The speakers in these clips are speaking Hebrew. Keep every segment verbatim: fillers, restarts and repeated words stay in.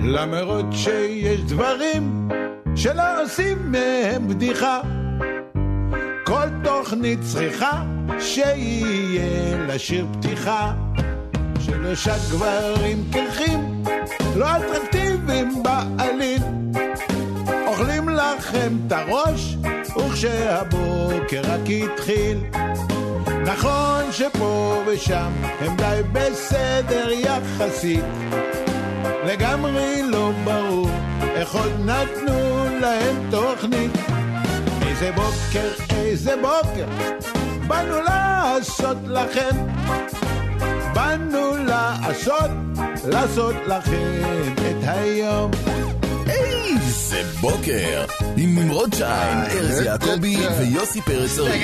למרות שיש דברים שלא עושים מהם בדיחה. כל תוכנית צריכה שיהיה לשיר פתיחה. שלושה גברים קרחים לא אטרקטיביים בעליל אוכלים לכם את הראש וכשהבוקר רק התחיל. נכון שפה ושם הם די בסדר יחסית, לגמרי לא ברור איך עוד נתנו להם תוכנית. איזה בוקר, איזה בוקר באנו לעשות לכם, באנו לעשות, לעשות לכם את היום. איזה בוקר עם נמרוד שיין, ארז יעקבי ויוסי פרץ אורי.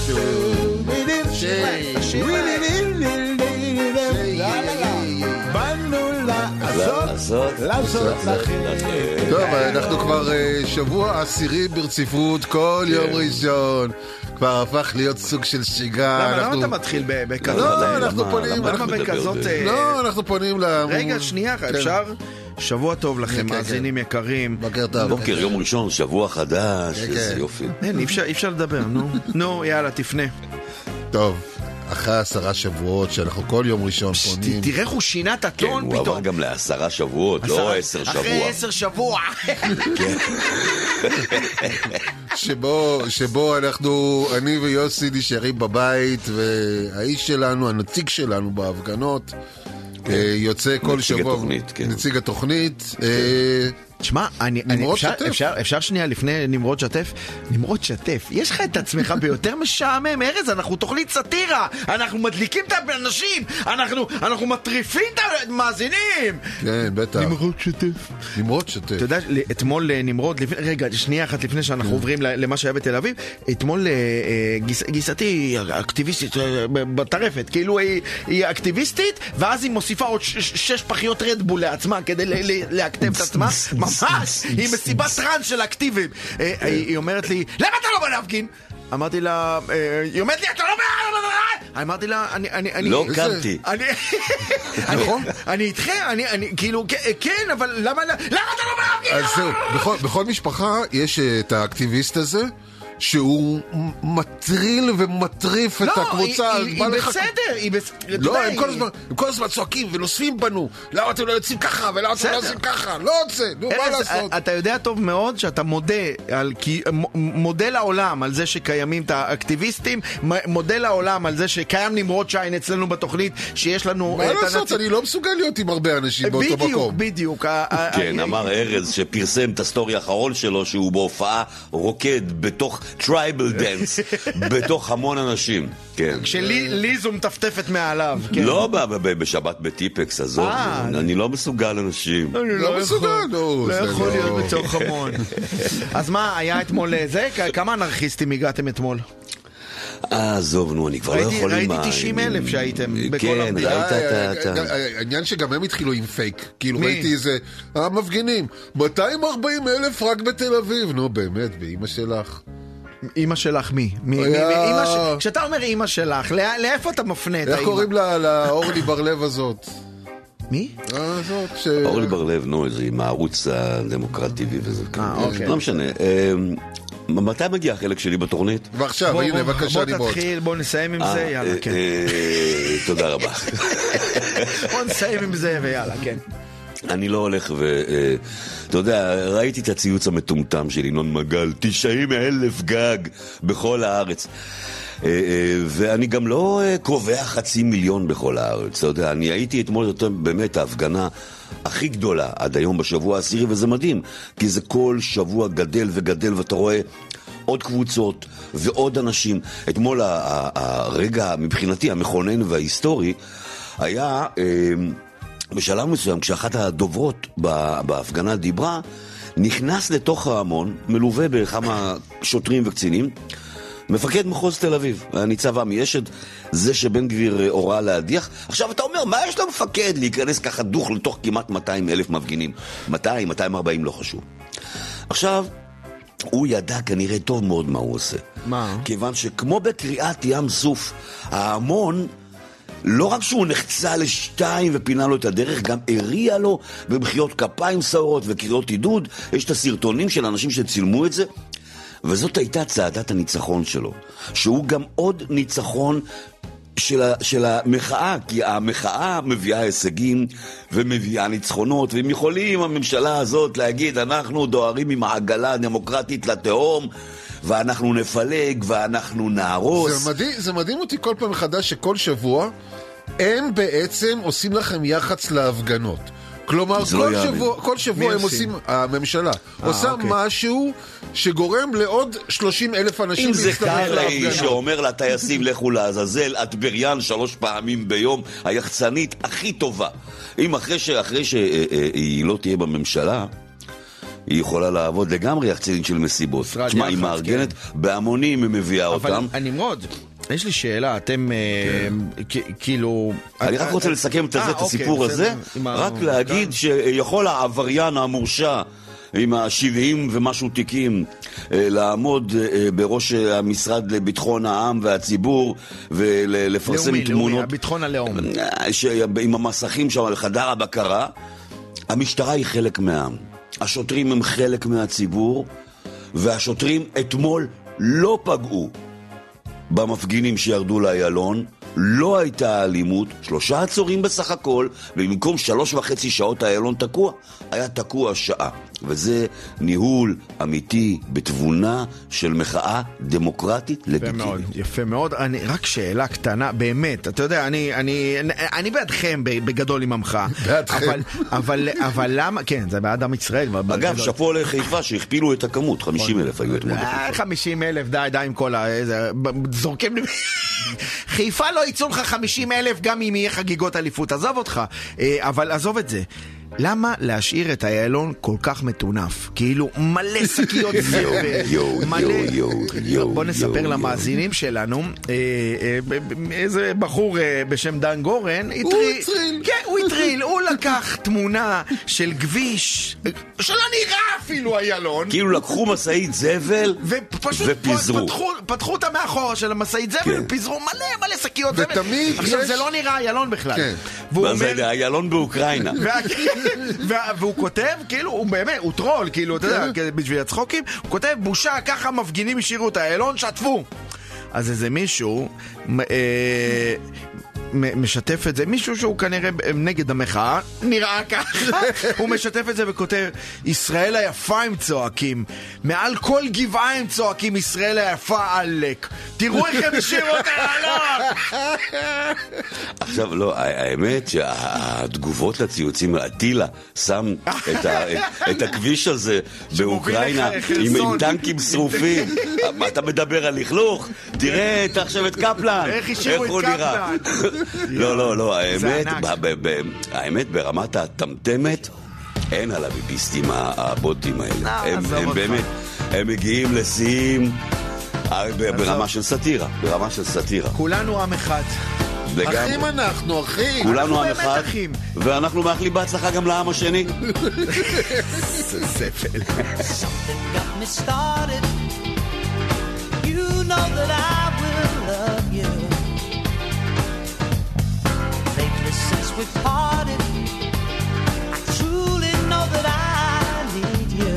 באנו לעשות, לעשות לכם. טוב, אנחנו כבר שבוע עשירי ברציפות, כל יום ראשון כבר הפך להיות סוג של שגרה. למה אתה מתחיל בכזאת? לא, אנחנו פונים. למה בכזאת? לא, אנחנו פונים ל... רגע, שנייה, אפשר? שבוע טוב לכם, מאזינים יקרים. בוקר טוב. בוקר, יום ראשון, שבוע חדש, איזה יופי. אין, אי אפשר לדבר, נו. נו, יאללה, תפנה. טוב. אחרי עשרה שבועות שאנחנו כל יום ראשון פונים. תראה איך הוא שינה את הטון פתאום. פתאום. הוא עבר גם לעשרה שבועות, לא עשר שבוע. אחרי עשר שבוע. שבו, שבו אנחנו, אני ויוסי נשארים בבית, והאיש שלנו, הנציג שלנו בהפגנות, יוצא כל שבוע. נציג התוכנית. תשמע, אפשר שנייה לפני נמרוד שתף? נמרוד שתף, יש לך את עצמך ביותר משעמם, ארז, אנחנו תוכנית סטירה, אנחנו מדליקים את האנשים, אנחנו מטריפים את המאזינים. כן, בטח. נמרוד שתף. נמרוד שתף. אתה יודע, אתמול נמרוד, רגע, שנייה אחת לפני שאנחנו עוברים למה שהיה בתל אביב, אתמול גיסתי אקטיביסטית בטרפת, כאילו היא אקטיביסטית, ואז היא מוסיפה עוד שש פחיות רדבול לעצמה כדי להקטב את עצמה. ממש, היא מסיבת טרנס של אקטיבים. היא אומרת לי, למה אתה לא בא להפגין? אמרתי לה, היא אומרת לי, אתה לא בא... אמרתי לה, אני... לא קמתי. אני איתכם, אני כאילו, כן, אבל למה אתה לא בא להפגין? אז זהו, בכל משפחה יש את האקטיביסט הזה, שהוא מטריל ומטריף את הקבוצה. לא, היא בסדר, היא בסדר. לא, הם כל הזמן צועקים ונוספים בנו. למה אתם לא יוצאים ככה, ולמה אתם לא יוצאים ככה? לא יוצא, נו, מה לעשות? אתה יודע טוב מאוד שאתה מודה, מודה לעולם על זה שקיימים את האקטיביסטים, מודה לעולם על זה שקיים נמרוד שיין אצלנו בתוכנית, שיש לנו... מה לעשות? אני לא מסוגל להיות עם הרבה אנשים באותו מקום. בדיוק, בדיוק. כן, אמר ארז שפרסם את הסטורי האחרון שלו, שהוא בהופעה רוקד בתוך... טרייבל דנס בתוך המון אנשים, כן. כשלי זו מטפטפת מעליו. לא בשבת בטיפקס הזאת, אני לא מסוגל אנשים. אני לא מסוגל, לא יכול להיות בתוך המון. אז מה, היה אתמול זה? כמה אנרכיסטים הגעתם אתמול? עזוב, נו, אני כבר לא יכול... ראיתי תשעים אלף שהייתם בכל המדינה. העניין שגם הם התחילו עם פייק. כאילו ראיתי איזה... המפגינים, מאתיים וארבעים אלף רק בתל אביב. נו, באמת, באמא שלך. אמא שלך מי? כשאתה אומר אמא שלך, לאיפה אתה מפנה את האמא? איך קוראים לה לאורלי בר-לב הזאת? מי? אורלי בר-לב, נו, זה עם הערוץ הדמוקרטי וזה. לא משנה. מתי מגיע החלק שלי בתוכנית? ועכשיו, הנה, בבקשה נמרוד. בוא תתחיל, בוא נסיים עם זה, יאללה, כן. תודה רבה. בוא נסיים עם זה ויאללה, כן. אני לא הולך ו... אתה יודע, ראיתי את הציוץ המטומטם של ינון מגל, תשעים אלף גג בכל הארץ. ואני גם לא קובע חצי מיליון בכל הארץ. אתה יודע, אני הייתי אתמול זאת באמת ההפגנה הכי גדולה עד היום בשבוע העשירי, וזה מדהים, כי זה כל שבוע גדל וגדל, ואתה רואה עוד קבוצות ועוד אנשים. אתמול הרגע מבחינתי המכונן וההיסטורי היה... בשלב מסוים, כשאחת הדוברות בהפגנה דיברה, נכנס לתוך ההמון, מלווה בכמה שוטרים וקצינים, מפקד מחוז תל אביב, ניצב עמי אשד, זה שבן גביר הוראה להדיח. עכשיו אתה אומר, מה יש למפקד להיכנס ככה דוך לתוך כמעט מאתיים אלף מפגינים? מאתיים, מאתיים וארבעים, לא חשוב. עכשיו, הוא ידע כנראה טוב מאוד מה הוא עושה. מה? כיוון שכמו בקריאת ים סוף, ההמון לא רק שהוא נחצה לשתיים ופינה לו את הדרך, גם הריע לו במחיאות כפיים סעורות וקריאות עידוד. יש את הסרטונים של אנשים שצילמו את זה, וזאת הייתה צעדת הניצחון שלו, שהוא גם עוד ניצחון של, ה, של המחאה, כי המחאה מביאה הישגים ומביאה ניצחונות, והם יכולים, הממשלה הזאת, להגיד, אנחנו דוהרים עם העגלה הדמוקרטית לתהום, ואנחנו נפלג, ואנחנו נהרוס. זה מדהים, זה מדהים אותי כל פעם מחדש שכל שבוע הם בעצם עושים לכם יח"צ להפגנות. כלומר, כל, לא שבוע, כל שבוע הם עושים, הממשלה 아, עושה אוקיי. משהו שגורם לעוד שלושים אלף אנשים אם זה קרלי שאומר לטייסים לכו לעזאזל, את בריין שלוש פעמים ביום, היחצנית הכי טובה. אם אחרי, ש, אחרי שהיא לא תהיה בממשלה, היא יכולה לעבוד לגמרי יחצנית של מסיבות. תשמע, היא מארגנת, כן. בהמונים היא מביאה אבל אותם. אבל נמרוד, יש לי שאלה, אתם כאילו... אני רק רוצה לסכם את הסיפור הזה, רק להגיד שיכול העבריין המורשע עם ה-שבעים ומשהו תיקים לעמוד בראש המשרד לביטחון העם והציבור ולפרסם תמונות... ביטחון הלאום. עם המסכים שם על חדר הבקרה. המשטרה היא חלק מהעם. השוטרים הם חלק מהציבור, והשוטרים אתמול לא פגעו במפגינים שירדו לאיילון, לא הייתה אלימות, שלושה עצורים בסך הכל, ובמקום שלוש וחצי שעות האיילון תקוע, היה תקוע שעה. וזה ניהול אמיתי בתבונה של מחאה דמוקרטית לגיטימית. יפה מאוד, יפה מאוד. אני, רק שאלה קטנה, באמת, אתה יודע, אני, אני, אני בעדכם בגדול עם המחאה. בעדכם. אבל, אבל, אבל למה, כן, זה בעד עם ישראל. אגב, שפו לחיפה שהכפילו את הכמות, חמישים אלף היו אתמול בחיפה. חמישים אלף, די, די עם כל ה... זורקים לי... חיפה לא ייצאו לך חמישים אלף גם אם יהיה חגיגות אליפות, עזוב אותך. אבל עזוב את זה. למה להשאיר את איילון כל כך מטונף? כאילו מלא שקיות מלא... בוא נספר למאזינים שלנו, איזה בחור בשם דן גורן הוא הטריל. כן, הוא הטריל, הוא לקח תמונה של כביש שלא נראה אפילו איילון, כאילו לקחו מסעית זבל ופשוט פתחו אותה מאחורה של המסעית זבל ופיזרו מלא מלא שקיות זבל. עכשיו זה לא נראה איילון בכלל. זה איילון באוקראינה. והוא כותב, כאילו, הוא באמת, הוא טרול, כאילו, אתה יודע, בשביל הצחוקים, הוא כותב, בושה, ככה מפגינים השאירו את האיילון, שטפו. אז איזה מישהו משתף את זה, מישהו שהוא כנראה נגד המחאה, נראה ככה, הוא משתף את זה וכותב, ישראל היפה הם צועקים, מעל כל גבעה הם צועקים, ישראל היפה עלק, תראו איך הם השאירו את האיילון. עכשיו, לא, האמת שהתגובות לציוצים, הטילה שם את הכביש הזה באוקראינה עם טנקים שרופים. אתה מדבר על לכלוך? תראה עכשיו את קפלן, איך הוא נראה. לא, לא, לא, האמת, האמת ברמת התמתמת, אין על הביביסטים הבוטים האלה. הם באמת, הם מגיעים לשיאים ברמה של סאטירה, ברמה של סאטירה. כולנו עם אחד. אחים אנחנו, אחים. כולנו עם אחד, ואנחנו מאחלים בהצלחה גם לעם השני. זה ספל. Something got me started. You know that I will love you. Lately since we parted, I truly know that I need you.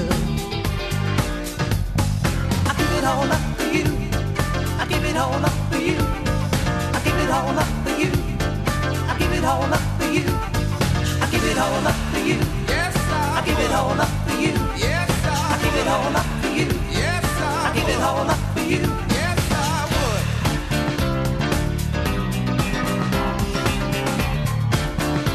I give it all up for you. I give it all up for you. I give it all up for you. I give it all up for you. I give it all up for you. Yes, I give it all up for you. Yes, I give it all up for you. Yes, I give it all up for you. Yes, I would.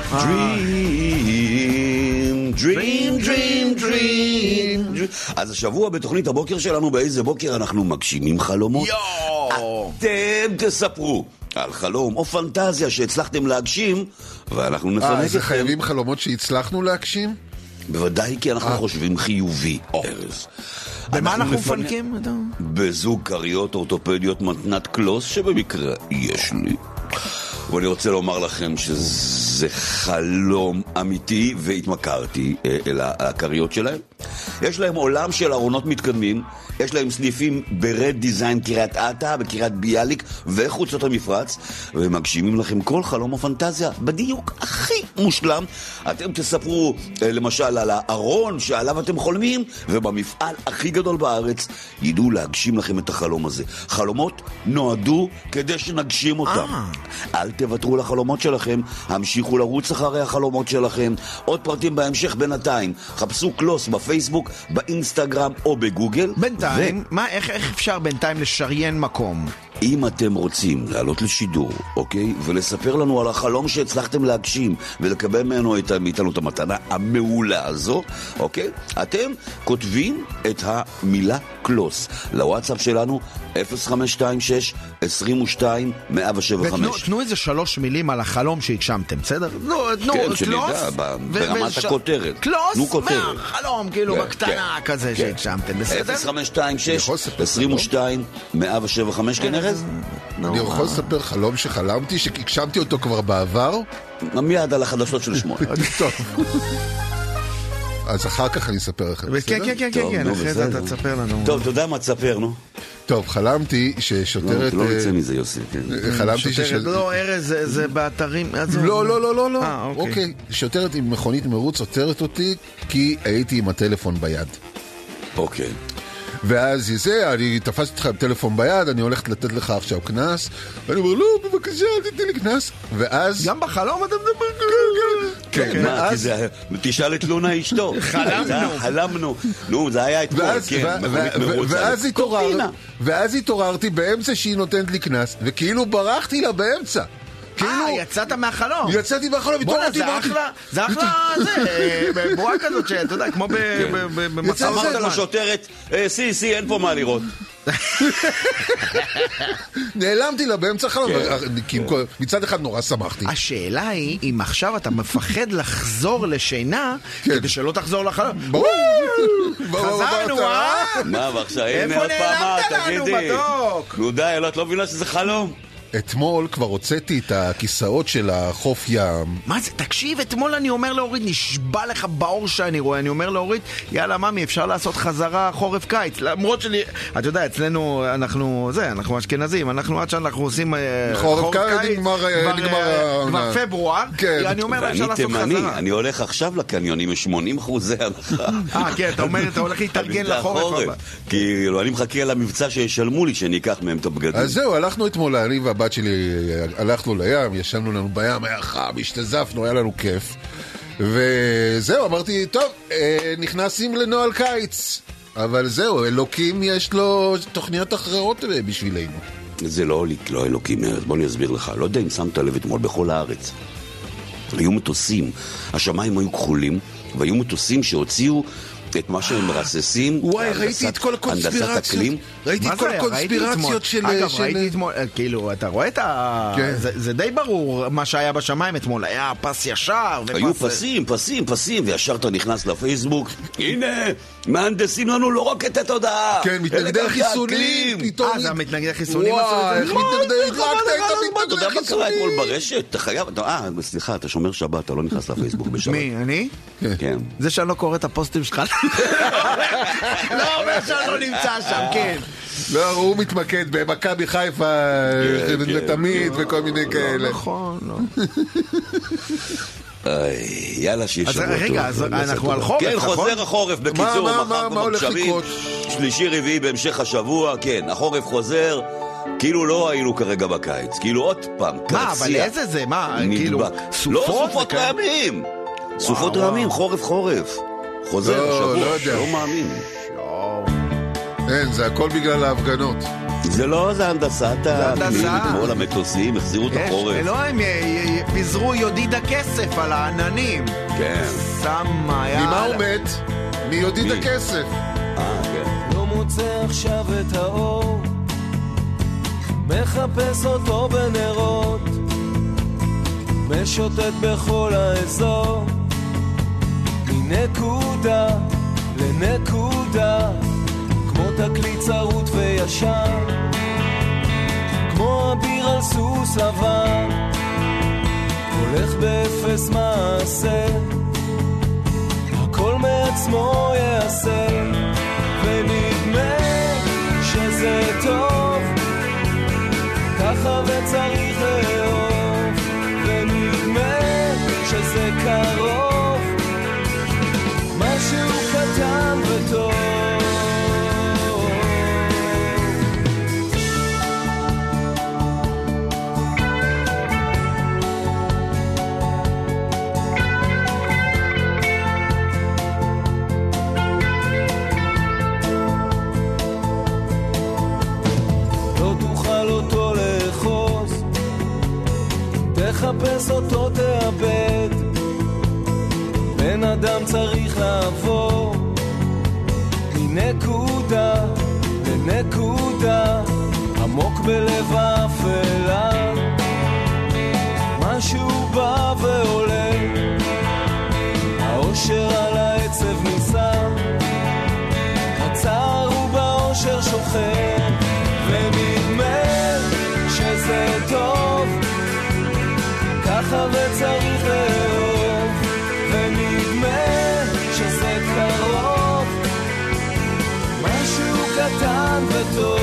Dream, dream, dream, dream. אז השבוע בתוכנית הבוקר שלנו, באיזה בוקר אנחנו מגשימים חלומות. אתם תספרו על חלום או פנטזיה שהצלחתם להגשים, ואנחנו נפנק אתכם. אה, זה חייבים חלומות שהצלחנו להגשים? בוודאי, כי אנחנו חושבים חיובי, ארז. במה אנחנו מפנקים? בזוג קריות אורתופדיות מתנת קלוס, שבמקרה יש לי. ואני רוצה לומר לכם שזה חלום אמיתי, והתמכרתי אל הקריות שלהם. יש להם עולם של ארונות מתקדמים, יש להם סניפים ברד דיזיין קריית אתא, בקריית ביאליק וחוצות המפרץ, והם מגשימים לכם כל חלום או פנטזיה בדיוק הכי מושלם. אתם תספרו למשל על הארון שעליו אתם חולמים, ובמפעל הכי גדול בארץ ידעו להגשים לכם את החלום הזה. חלומות נועדו כדי שנגשים אותם. אל תוותרו לחלומות שלכם, המשיכו לרוץ אחרי החלומות שלכם. עוד פרטים בהמשך. בינתיים חפשו קלוס בפייסבוק, באינסטגרם או בגוגל. בינתיים, מה, איך, איך אפשר בינתיים לשריין מקום? אם אתם רוצים לעלות לשידור, אוקיי, ולספר לנו על החלום שהצלחתם להגשים ולקבל ממנו את, מאיתנו את המתנה המעולה הזו, אוקיי, אתם כותבים את המילה קלוס לוואטסאפ שלנו אפס חמש שתיים שש עשרים ושתיים מאה שבע חמש. תנו איזה שלוש מילים על החלום שהגשמתם, בסדר? כן, שנדע, ברמת הכותרת. קלוס מהחלום, כאילו בקטנה כזה שהגשמתם, בסדר? אפס חמש שתיים שש עשרים ושתיים מאה שבע חמש, כן ארז? אני יכול לספר חלום שחלמתי, שהגשמתי אותו כבר בעבר? מיד על החדשות של שמונה. טוב. אז אחר כך אני אספר לכם, בסדר? כן, כן, כן, כן, אחרי זה אתה תספר לנו. טוב, אתה יודע מה תספר, נו? טוב, חלמתי ששוטרת... לא נצא מזה, יוסי. חלמתי שוטרת, לא, ארז, זה באתרים... לא, לא, לא, לא, לא. אה, אוקיי. שוטרת עם מכונית מרוץ עוצרת אותי, כי הייתי עם הטלפון ביד. אוקיי. ואז זה, אני תפסתי אותך עם טלפון ביד, אני הולכת לתת לך עכשיו כנס, ואני אומר, לא, בבקשה, תתן לי כנס. ואז... גם בחלום אתה מדבר? כן, כן. מה, תשאל את לונה אשתו. חלמנו. חלמנו. נו, זה היה אתמול, כן. ואז התעוררתי באמצע שהיא נותנת לי כנס, וכאילו ברחתי לה באמצע. אה, יצאת מהחלום. יצאתי מהחלום, בוא'נה, זה אחלה, זה אחלה, זה, בבועה כזאת שאתה יודע, כמו במצב... אמרת לשוטרת, סי, סי, אין פה מה לראות. נעלמתי לה באמצע חלום, מצד אחד נורא שמחתי. השאלה היא, אם עכשיו אתה מפחד לחזור לשינה, כדי שלא תחזור לחלום. ברור. חזרנו, אה? מה, ועכשיו, הנה עוד פעם, תגידי. נו די, את לא מבינה שזה חלום? אתמול כבר הוצאתי את הכיסאות של החוף ים. מה זה? תקשיב, אתמול אני אומר להוריד, נשבע לך באור שאני רואה, אני אומר להוריד, יאללה ממי, אפשר לעשות חזרה חורף קיץ, למרות שלי, אתה יודע, אצלנו אנחנו, זה, אנחנו אשכנזים, אנחנו עד שאנחנו עושים חורף קיץ, כבר פברואר, אני אומר, אפשר לעשות חזרה. אני הולך עכשיו לקניונים, שמונים אחוז זה הנחה. אה, כן, אתה אומר, אתה הולך להתארגן לחורף. כי אני מחכה למבצע שישלמו לי, שאני אקח מהם את הבגדים. אז זהו, הלכנו אתמול, אני הבת שלי, הלכנו לים, ישבנו לנו בים, היה חם, השתזפנו, היה לנו כיף. וזהו, אמרתי, טוב, נכנסים לנועל קיץ. אבל זהו, אלוקים יש לו תוכניות אחרות בשבילנו. זה לא, לא אלוקים, בוא אני אסביר לך. לא יודע אם שמת לב אתמול בכל הארץ. היו מטוסים, השמיים היו כחולים, והיו מטוסים שהוציאו את מה שהם מרססים. וואי, ראיתי את כל הקונספירציות. ראיתי את כל הקונספירציות של... אגב, ראיתי אתמול, כאילו, אתה רואה את ה... זה די ברור מה שהיה בשמיים אתמול. היה פס ישר. היו פסים, פסים, פסים, וישר אתה נכנס לפייסבוק. הנה, מהנדסים לנו לא רק את התודעה. כן, מתנגדי החיסונים. אה, זה מתנגדי החיסונים. וואי, איך מתנגדי... אתה יודע מה קרה אתמול ברשת? אתה חייב... אה, סליחה, אתה שומר שבת, אתה לא נכנס לפייסבוק בשבת. מי, אני? כן. זה שאני לא קורא את הפוסטים שלך. לא אומר שאני לא נמצא שם, כן. לא, הוא מתמקד במכבי חיפה תמיד וכל מיני כאלה. נכון, לא. יאללה, שיש שבוע טוב. רגע, אז אנחנו על חורף, כן, חוזר החורף, בקיצור, מחר במקשבים, שלישי רביעי בהמשך השבוע, כן, החורף חוזר, כאילו לא היינו כרגע בקיץ, כאילו עוד פעם, קרציה. מה, אבל איזה זה, מה, כאילו, סופות? לא סופות רעמים, סופות רעמים, חורף חורף. חוזר השבוע, לא מאמין. אין, זה הכל בגלל ההפגנות. זה לא, זה הנדסת האקלים, הנדסה. אתמול המטוסים החזירו את יש, החורף. לא, הם י- י- פיזרו יודיד הכסף על העננים. כן. שמה, יאללה. ממה הוא מת? מיודיד מי? הכסף. אה, כן. לא מוצא עכשיו את האור, מחפש אותו בנרות, משוטט בכל האזור, מנקודה לנקודה, כמו תקליט צרוט וישר, כמו אביר על סוס לבן, הולך באפס מעשה, הכל מעצמו יעשה, ונדמה שזה טוב, ככה וצריך לאהוב, ונדמה שזה קרוב, משהו קטן וטוב. לא תוכל אותו לאחוז, תחפש אותו תאבד, בן אדם צריך לעבור מנקודה לנקודה, עמוק בלב האפלה, משהו בא ועולה, האושר על העצב ניסה, הצער הוא באושר שוכן, ונדמה שזה טוב, ככה וצריך לאהוב, ונדמה שזה קרוב, משהו קטן וטוב.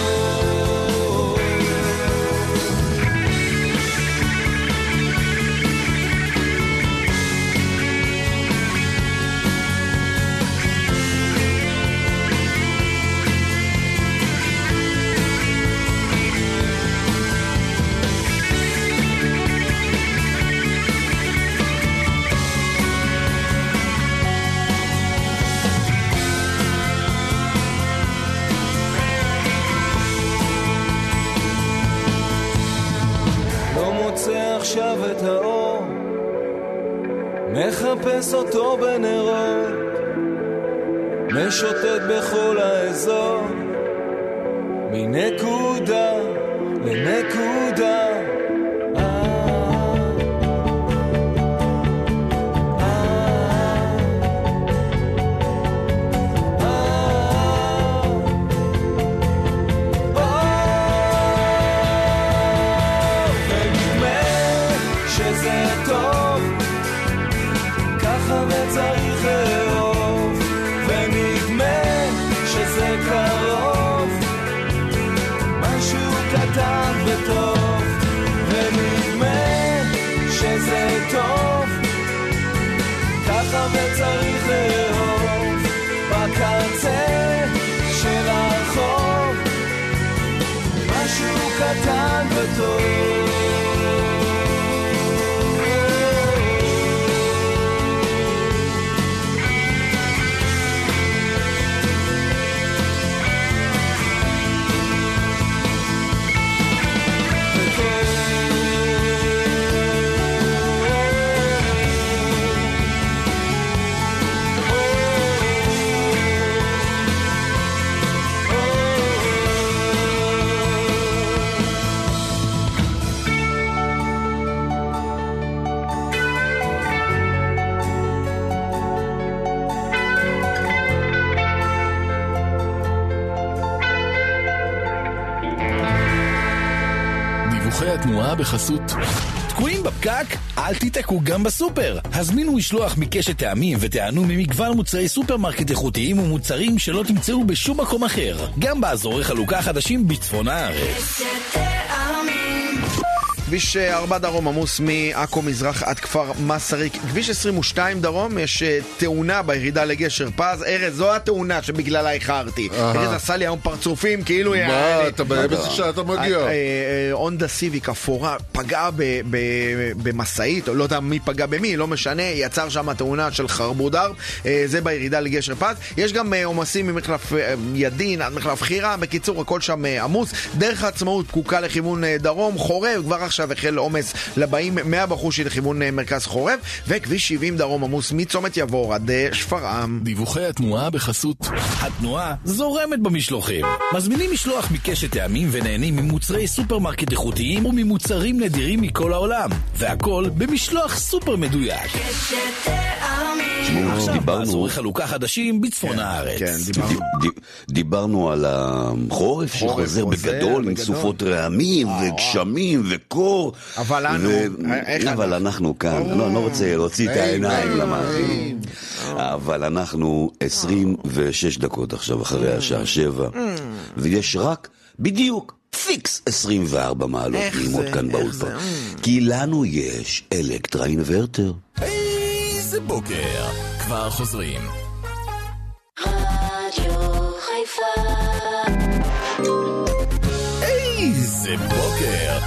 עכשיו את האור, מחפש אותו בנרות, משוטט בכל האזור, מנקודה לנקודה. וצריך לאהוב, ונדמה שזה קרוב, משהו קטן וטוב, ונדמה שזה טוב, ככה וצריך לאהוב, בקצה של הרחוב, משהו קטן וטוב. התנועה בחסות תקועים בפקק? אל תתקעו גם בסופר. הזמינו משלוח מקשת טעמים ותענו ממגוון מוצרי סופרמרקט איכותיים ומוצרים שלא תמצאו בשום מקום אחר. גם באזורי חלוקה חדשים בצפון הארץ. כביש ארבע דרום עמוס מעכו מזרח עד כפר מסריק. כביש עשרים ושתיים דרום יש תאונה בירידה לגשר פז. ארז, זו התאונה שבגללה איחרתי. ארז עשה לי היום פרצופים כאילו... מה, אתה באיזה שעה אתה מגיע? הונדה סיביק אפורה פגעה במסעית, לא יודע מי פגע במי, לא משנה, יצר שם תאונה של חרבודר. זה בירידה לגשר פז. יש גם עומסים ממחלף ידין עד מחלף חירה. בקיצור, הכל שם עמוס. דרך העצמאות פקוקה לכיוון דרום. חורב, כבר עכשיו החל עומס לבאים מהבחושי לכיוון מרכז חורב. וכביש שבעים דרום עמוס מצומת יבור עד שפרעם. דיווחי התנועה בחסות התנועה זורמת במשלוחים. מזמינים משלוח מקשת טעמים ונהנים ממוצרי סופרמרקט איכותיים וממוצרים נדירים מכל העולם. והכל במשלוח סופר מדויק. קשת טעמים. עכשיו בעשורי חלוקה חדשים בצפון הארץ. דיברנו על החורף שחוזר בגדול עם סופות רעמים וגשמים וקור. אבל אנחנו... אבל אנחנו כאן, לא רוצה להוציא את העיניים למאזינים. אבל אנחנו עשרים ושש דקות עכשיו אחרי השעה שבע, ויש רק בדיוק פיקס עשרים וארבע מעלות נעימות כאן באולפן. כי לנו יש אלקטרה אינוורטר. איזה בוקר, כבר חוזרים. רדיו חיפה. איזה בוקר.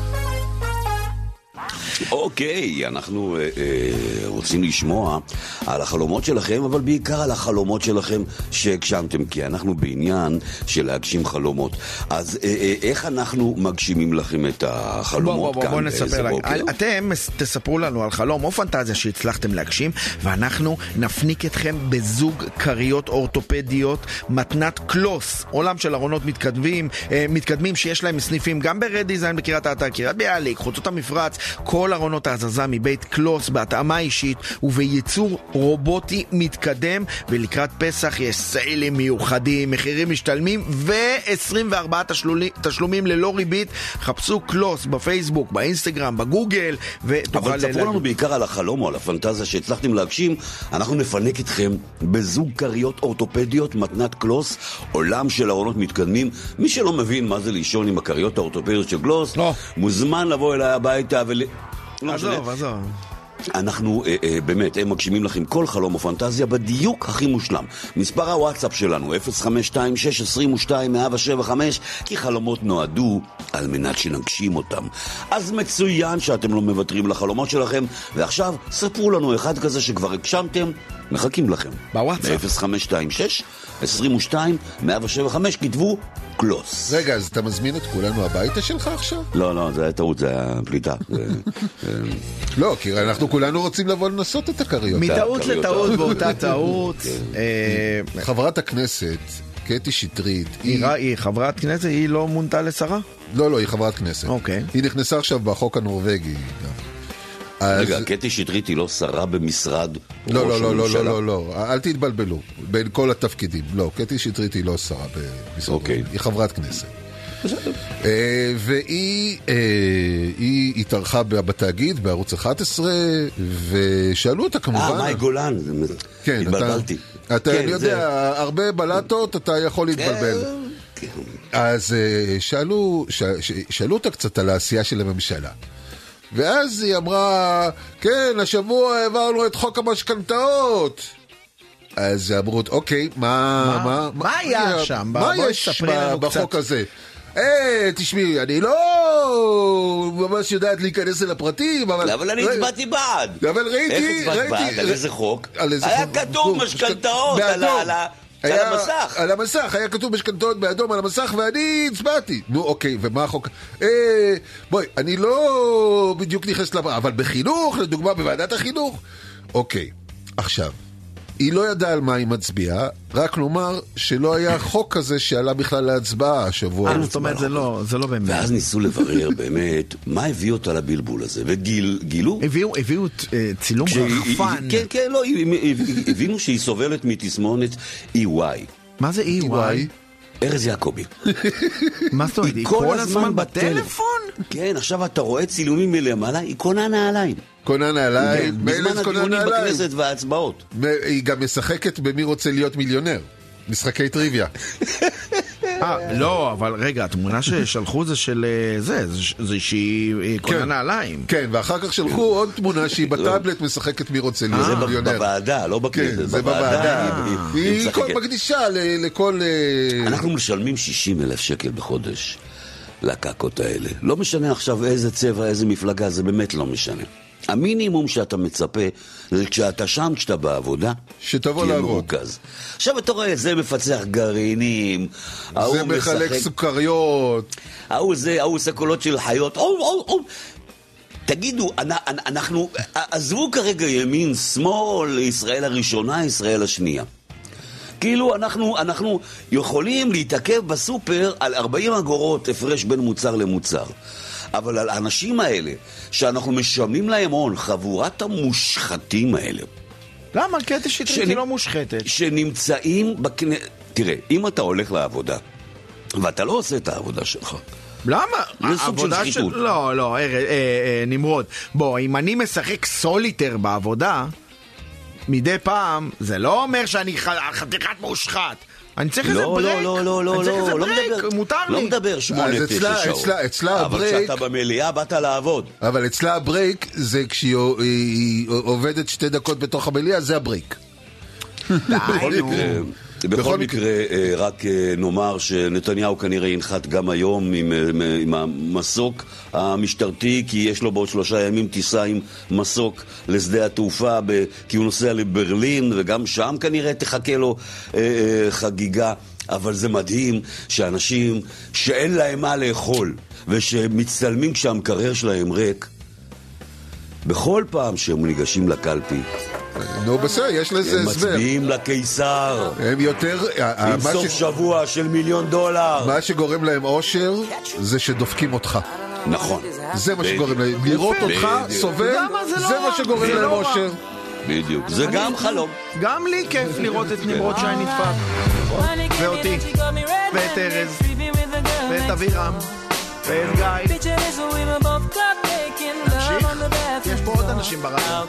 אוקיי, אנחנו אה, אה, רוצים לשמוע על החלומות שלכם, אבל בעיקר על החלומות שלכם שהגשמתם, כי אנחנו בעניין של להגשים חלומות. אז אה, אה, איך אנחנו מגשימים לכם את החלומות בוא, בוא, כאן? בוא נספר לך. אתם תספרו לנו על חלום או פנטזיה שהצלחתם להגשים, ואנחנו נפניק אתכם בזוג קריות אורתופדיות, מתנת קלוס, עולם של ארונות מתקדמים, אה, מתקדמים שיש להם סניפים גם ברד דיזיין בקריית האתר, קריית ביאליק, חוצות המפרץ, כל ארונות ההזזה מבית קלוס בהתאמה אישית ובייצור רובוטי מתקדם. ולקראת פסח יש סיילים מיוחדים, מחירים משתלמים ו-עשרים וארבעה תשלומים ללא ריבית. חפשו קלוס בפייסבוק, באינסטגרם, בגוגל. אבל תספרו לנו בעיקר על החלום או על הפנטזיה שהצלחתם להגשים. אנחנו נפנק אתכם בזוג קריות אורתופדיות, מתנת קלוס, עולם של ארונות מתקדמים. מי שלא מבין מה זה לישון עם הקריות האורתופדיות של קלוס, לא. מוזמן לבוא אליי הביתה ול... עזוב, עזוב. אנחנו אה, אה, באמת, הם מגשימים לכם כל חלום או פנטזיה בדיוק הכי מושלם. מספר הוואטסאפ שלנו אפס חמש שתיים שש עשרים ושתיים מאה שבע חמש, כי חלומות נועדו על מנת שנגשים אותם. אז מצוין שאתם לא מוותרים לחלומות שלכם. ועכשיו ספרו לנו אחד כזה שכבר הגשמתם, מחכים לכם בוואטסאפ אפס חמש שתיים שש עשרים ושתיים מאה שבע חמש. כתבו קלוס. רגע, אז אתה מזמין את כולנו הביתה שלך עכשיו? לא, לא, זה היה טעות, זה היה פליטה. לא, כי אנחנו כולנו רוצים לבוא לנסות את הקריות. מטעות לטעות באותה טעות. חברת הכנסת קטי שטרית, היא חברת כנסת? היא לא מונתה לשרה? לא, לא, היא חברת כנסת. אוקיי. היא נכנסה עכשיו בחוק הנורווגי. רגע, קטי שטרית היא לא שרה במשרד ראש הממשלה? לא, לא, לא, לא, לא, לא, אל תתבלבלו בין כל התפקידים. לא, קטי שטרית היא לא שרה במשרד ראש הממשלה, היא חברת כנסת. והיא היא התארחה בתאגיד בערוץ אחת עשרה, ושאלו אותה כמובן... אה, מאי גולן, התבלבלתי. אתה יודע, הרבה בלטות אתה יכול להתבלבל. אז שאלו אותה קצת על העשייה של הממשלה, ואז היא אמרה, כן, השבוע העברנו את חוק המשכנתאות. אז אמרו, אוקיי, מה... מה, מה היה שם? מה יש בחוק הזה? אה, תשמעי, אני לא ממש יודעת להיכנס אל הפרטים, אבל... אבל אני הצבעתי בעד. אבל ראיתי... איך הצבעת בעד? על איזה חוק? היה כתוב משכנתאות על המסך. על המסך, היה כתוב משכנתאות באדום על המסך, ואני הצבעתי. נו, אוקיי, ומה החוק? בואי, אני לא בדיוק נכנס לפרטים, אבל בחינוך, לדוגמה, בוועדת החינוך. אוקיי, עכשיו... היא לא ידעה על מה היא מצביעה, רק לומר שלא היה חוק כזה שעלה בכלל להצבעה השבוע. אה, זאת אומרת, זה לא, זה לא באמת. ואז ניסו לברר באמת מה הביא אותה לבלבול הזה, וגילו... הביאו, הביאו צילום רחפן. כן, כן, לא, הבינו שהיא סובלת מתסמונת אי וואי. מה זה אי וואי? ארז יעקובי. מה זאת אומרת? היא כל הזמן בטלפון? כן, עכשיו אתה רואה צילומים מלמעלה, היא קונה נעליים. קונה נעליים, בזמן הדיונים בכנסת וההצבעות. היא גם משחקת במי רוצה להיות מיליונר. משחקי טריוויה. אה, לא, אבל רגע, התמונה ששלחו זה של זה, זה שהיא קונה נעליים. כן, ואחר כך שלחו עוד תמונה שהיא בטאבלט משחקת מי רוצה להיות מיליונר. זה בוועדה, לא בכנסת. זה בוועדה. היא מקדישה לכל... אנחנו משלמים שישים אלף שקל בחודש לקקות האלה. לא משנה עכשיו איזה צבע, איזה מפלגה, זה באמת לא משנה. המינימום שאתה מצפה זה כשאתה שם, כשאתה בעבודה, שתבוא לעבוד. מרוכז. עכשיו אתה רואה, זה מפצח גרעינים, זה מחלק משחק... סוכריות, ההוא זה, ההוא עושה קולות של חיות. או, או, או. תגידו, אנחנו, עזבו כרגע ימין, שמאל, ישראל הראשונה, ישראל השנייה. כאילו אנחנו, אנחנו יכולים להתעכב בסופר על ארבעים אגורות הפרש בין מוצר למוצר. אבל על האנשים האלה, שאנחנו משלמים להם הון, חבורת המושחתים האלה. למה? קטי שטרית היא לא מושחתת. שנמצאים בכנ... תראה, אם אתה הולך לעבודה, ואתה לא עושה את העבודה שלך, למה? זה סוג של שחיתות. של... לא, לא, אה, אה, אה, נמרוד. בוא, אם אני משחק סוליטר בעבודה, מדי פעם, זה לא אומר שאני חתיכת מושחת. אני צריך איזה ברייק. לא, לא, לא, אני צריך איזה לא ברייק, מותר לי. לא מדבר שמונה, תשע שעות. אצלה הברייק... אבל כשאתה במליאה, באת לעבוד. אבל אצלה הברייק זה כשהיא עובדת שתי דקות בתוך המליאה, זה הברייק. בכל מקרה... בכל מקרה, רק נאמר שנתניהו כנראה ינחת גם היום עם, עם המסוק המשטרתי, כי יש לו בעוד שלושה ימים טיסה עם מסוק לשדה התעופה, כי הוא נוסע לברלין, וגם שם כנראה תחכה לו חגיגה. אבל זה מדהים שאנשים שאין להם מה לאכול ושמצטלמים כשהמקרר שלהם ריק, בכל פעם שהם ניגשים לקלפי, נו בסדר, יש לזה הסבר. הם מצביעים לקיסר. הם יותר... עם סוף שבוע של מיליון דולר. מה שגורם להם אושר זה שדופקים אותך. נכון. זה מה שגורם להם. לראות אותך סובל, זה מה שגורם להם אושר. בדיוק. זה גם חלום. גם לי כיף לראות את נמרוד שי נדפק. ואותי. ואת ארז. ואת אבירם. ואת גיא. נמשיך? יש פה עוד אנשים ברדיו.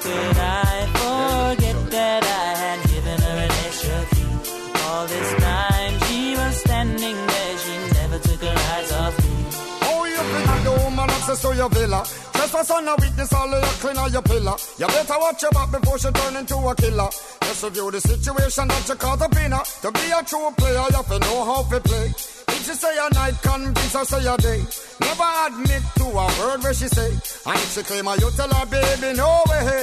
access to your villa. Trespass on a witness, all of your clean on your pillar. You better watch your back before she turn into a killer. Just review the situation that you caught up in her. To be a true player, you have to know how to play. If she say a night, convince her say a day. Never admit to a word where she say. And if she claim her, you tell her, baby, no way.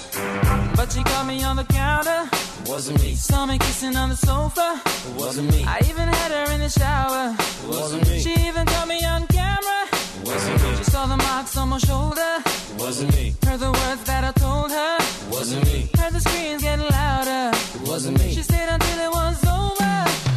But she caught me on the counter. It wasn't me. Saw me kissing on the sofa. It wasn't me. I even had her in the shower. It wasn't me. She even caught me on camera. It wasn't me. She saw the marks on my shoulder. It wasn't me. Heard the words that I told her. It wasn't me. Heard the screams getting louder. It wasn't me. She stayed until it was over.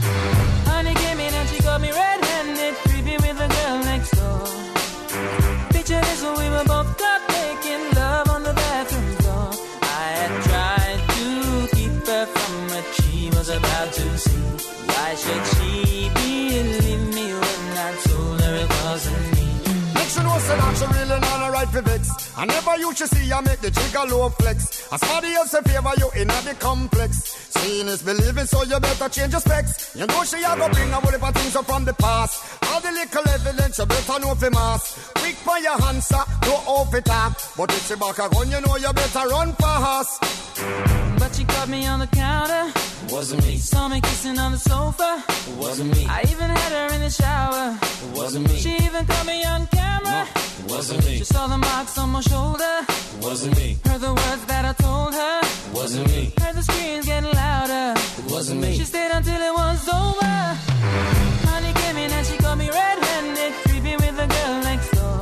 Honey came in and she got me red-handed, creepy with the girl next door. Picture this when we were both caught making love on the bathroom floor. I had tried to keep her from what she was about to see. Why should she believe me when I told her it wasn't me? She know say that she really not a right for vex. I never used to see her make the jigger low flex. As somebody else in favor you in the complex. Seeing is believing, so you better change your specs. You know she a go bring a whole heap of things up from the past. All the little evidence you better know for mass. Quick for your answer, no off it up. But if she back a gun, you know you better run fast. But she caught me on the counter. It wasn't me. Saw me kissing on the sofa. It wasn't me. I even had her in the shower. It wasn't me. She even caught me on camera. No, it wasn't me. She saw the marks on my shoulder. It wasn't me. Heard the words that I told her. It wasn't me. Heard the screams getting louder. It wasn't me. She stayed until it was over. Honey came in and she got me red-handed, creepy with the girl next door.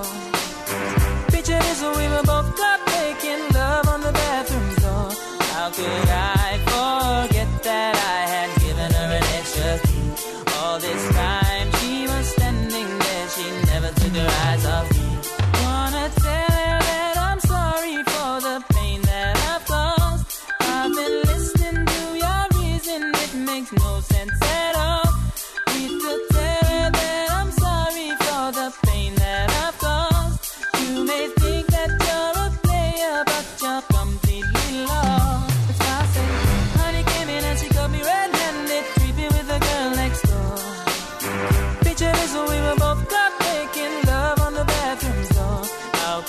Picture this when we were both caught making love on the bathroom floor. How could I forget that I had given her an extra key? All this time she was standing there, she never took her eyes off me. Wanna tell her that I'm sorry for the pain that I've caused. I've been listening to your reason, it makes no sense at all. Need to tell her that I'm sorry for the pain that I've caused.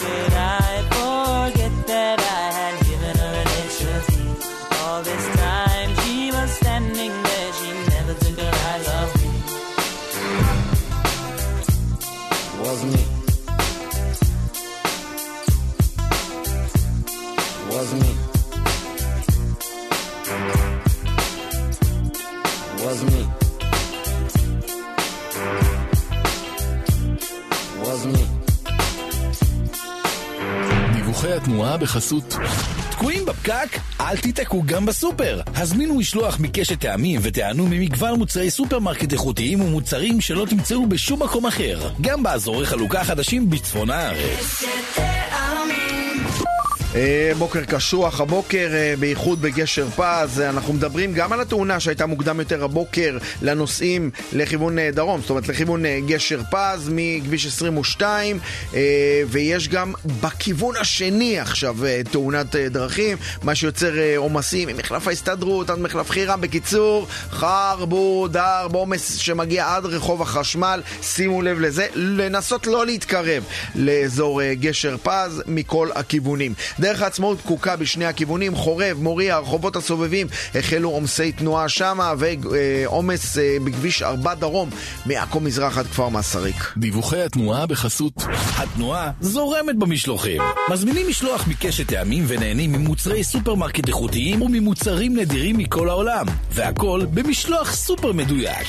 could I forget that I had given her an extra seat? All this time she was standing there, she never took her eyes off me. Was me. Was me. Was me. Was me. דיווחי התנועה בחסות. תקועים בפקק? אל תתקעו גם בסופר. הזמינו משלוח מקשת טעמים ותענו ממגוון מוצרי סופרמרקט איכותיים ומוצרים שלא תמצאו בשום מקום אחר. גם באזורי חלוקה חדשים בצפון הארץ. בוקר קשוח הבוקר, בייחוד בגשר פז. אנחנו מדברים גם על התאונה שהייתה מוקדם יותר הבוקר לנוסעים לכיוון דרום, זאת אומרת לכיוון גשר פז מכביש עשרים ושתיים, ויש גם בכיוון השני עכשיו תאונת דרכים, מה שיוצר עומסים ממחלף ההסתדרות עד מחלף חירם. בקיצור, חרבו דר בעומס שמגיע עד רחוב החשמל. שימו לב לזה, לנסות לא להתקרב לאזור גשר פז מכל הכיוונים. דרך העצמאות פקוקה בשני הכיוונים, חורב, מוריה, הרחובות הסובבים החלו עומסי תנועה שמה, ועומס בכביש ארבע דרום מעכו מזרח עד כפר מסריק. דיווחי התנועה בחסות. התנועה זורמת במשלוחים. מזמינים משלוח מקשת טעמים ונהנים ממוצרי סופרמרקט איכותיים וממוצרים נדירים מכל העולם, והכל במשלוח סופר מדויק.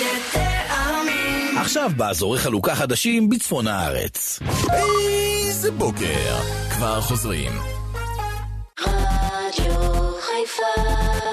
עכשיו באזורי חלוקה חדשים בצפון הארץ. איזה בוקר, כבר חוזרים. רדיו חיפה.